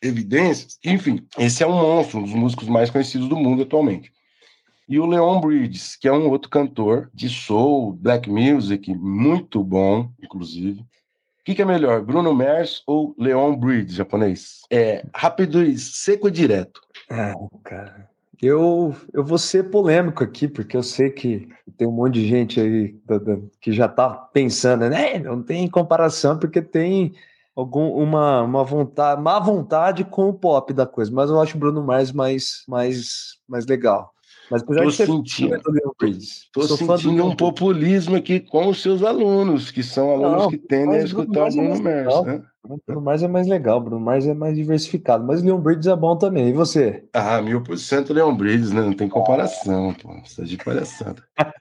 B: evidências. Enfim, esse é um monstro, um dos músicos mais conhecidos do mundo atualmente. E o Leon Bridges, que é um outro cantor de soul, black music, muito bom, inclusive. O que, que é melhor, Bruno Mars ou Leon Bridges, japonês? É rápido e seco e direto.
A: Ah, cara, eu, eu vou ser polêmico aqui, porque eu sei que tem um monte de gente aí que já tá pensando, né? Não tem comparação, porque tem algum, uma, uma vontade, má vontade com o pop da coisa, mas eu acho o Bruno Mars mais, mais, mais legal. Mas apesar
B: tô
A: de ser
B: sentindo,
A: fã do Leon Bridges,
B: tô
A: sou fã do
B: sentindo
A: Leon
B: um populismo aqui com os seus alunos, que são alunos
A: Não,
B: que tendem a
A: mas Bruno
B: escutar o
A: Mars é
B: Bruno
A: mais
B: Mars.
A: legal.
B: Né?
A: Bruno Mars é mais legal, Bruno Mars é mais diversificado, mas Leon Bridges é bom também. E você?
B: Ah, mil por cento Leon Bridges, né? Não tem comparação, pô. Você tá de palhaçada.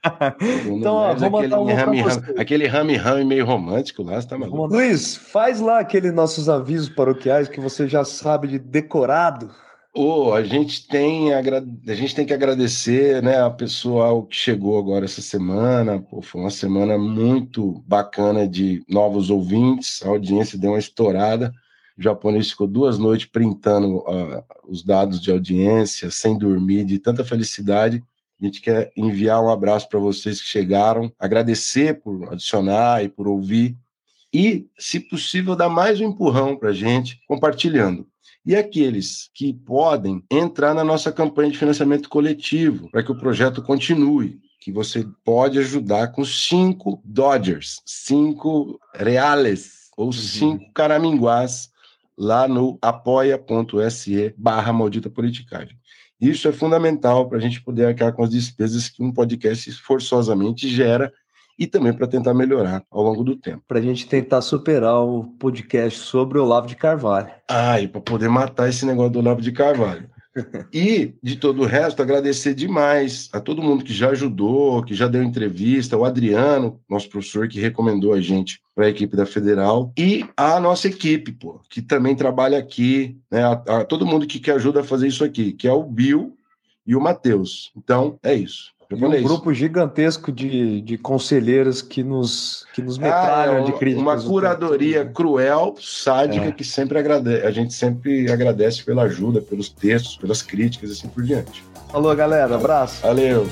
B: Bruno
A: Então, ó,
B: Mars,
A: vou
B: aquele
A: mandar uma para
B: rame, rame,
A: você.
B: aquele rame rame meio romântico lá, você tá maluco?
A: Luiz, faz lá aqueles nossos avisos paroquiais que você já sabe de decorado.
B: Oh, a gente tem agra- a gente tem que agradecer, né, a pessoal que chegou agora essa semana. Pô, foi uma semana muito bacana de novos ouvintes, a audiência deu uma estourada. O japonês ficou duas noites printando uh, os dados de audiência, sem dormir, de tanta felicidade. A gente quer enviar um abraço para vocês que chegaram, agradecer por adicionar e por ouvir, e, se possível, dar mais um empurrão para a gente, compartilhando. E aqueles que podem entrar na nossa campanha de financiamento coletivo, para que o projeto continue, que você pode ajudar com cinco Dodgers, cinco reales, ou cinco caraminguás, lá no apoia.se barra maldita politicagem. Isso é fundamental para a gente poder arcar com as despesas que um podcast forçosamente gera, e também para tentar melhorar ao longo do tempo.
A: Para a gente tentar superar o podcast sobre o Olavo de Carvalho.
B: Ah, e para poder matar esse negócio do Olavo de Carvalho. E, de todo o resto, agradecer demais a todo mundo que já ajudou, que já deu entrevista, o Adriano, nosso professor, que recomendou a gente para a equipe da Federal, e a nossa equipe, pô, que também trabalha aqui, né, a, a todo mundo que, que ajuda a fazer isso aqui, que é o Bill e o Matheus. Então, é isso.
A: E um grupo gigantesco de, de conselheiros que nos, que nos metralham ah, é uma, de críticas.
B: Uma curadoria cruel, sádica, é. que sempre agradece, a gente sempre agradece pela ajuda, pelos textos, pelas críticas e assim por diante.
A: Falou, galera. Abraço.
B: Valeu.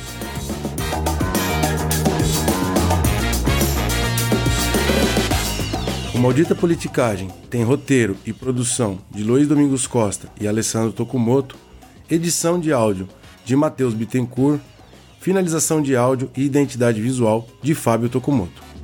C: O Maldita Politicagem tem roteiro e produção de Luiz Domingos Costa e Alessandro Tokumoto, edição de áudio de Matheus Bittencourt, finalização de áudio e identidade visual de Fábio Tokumoto.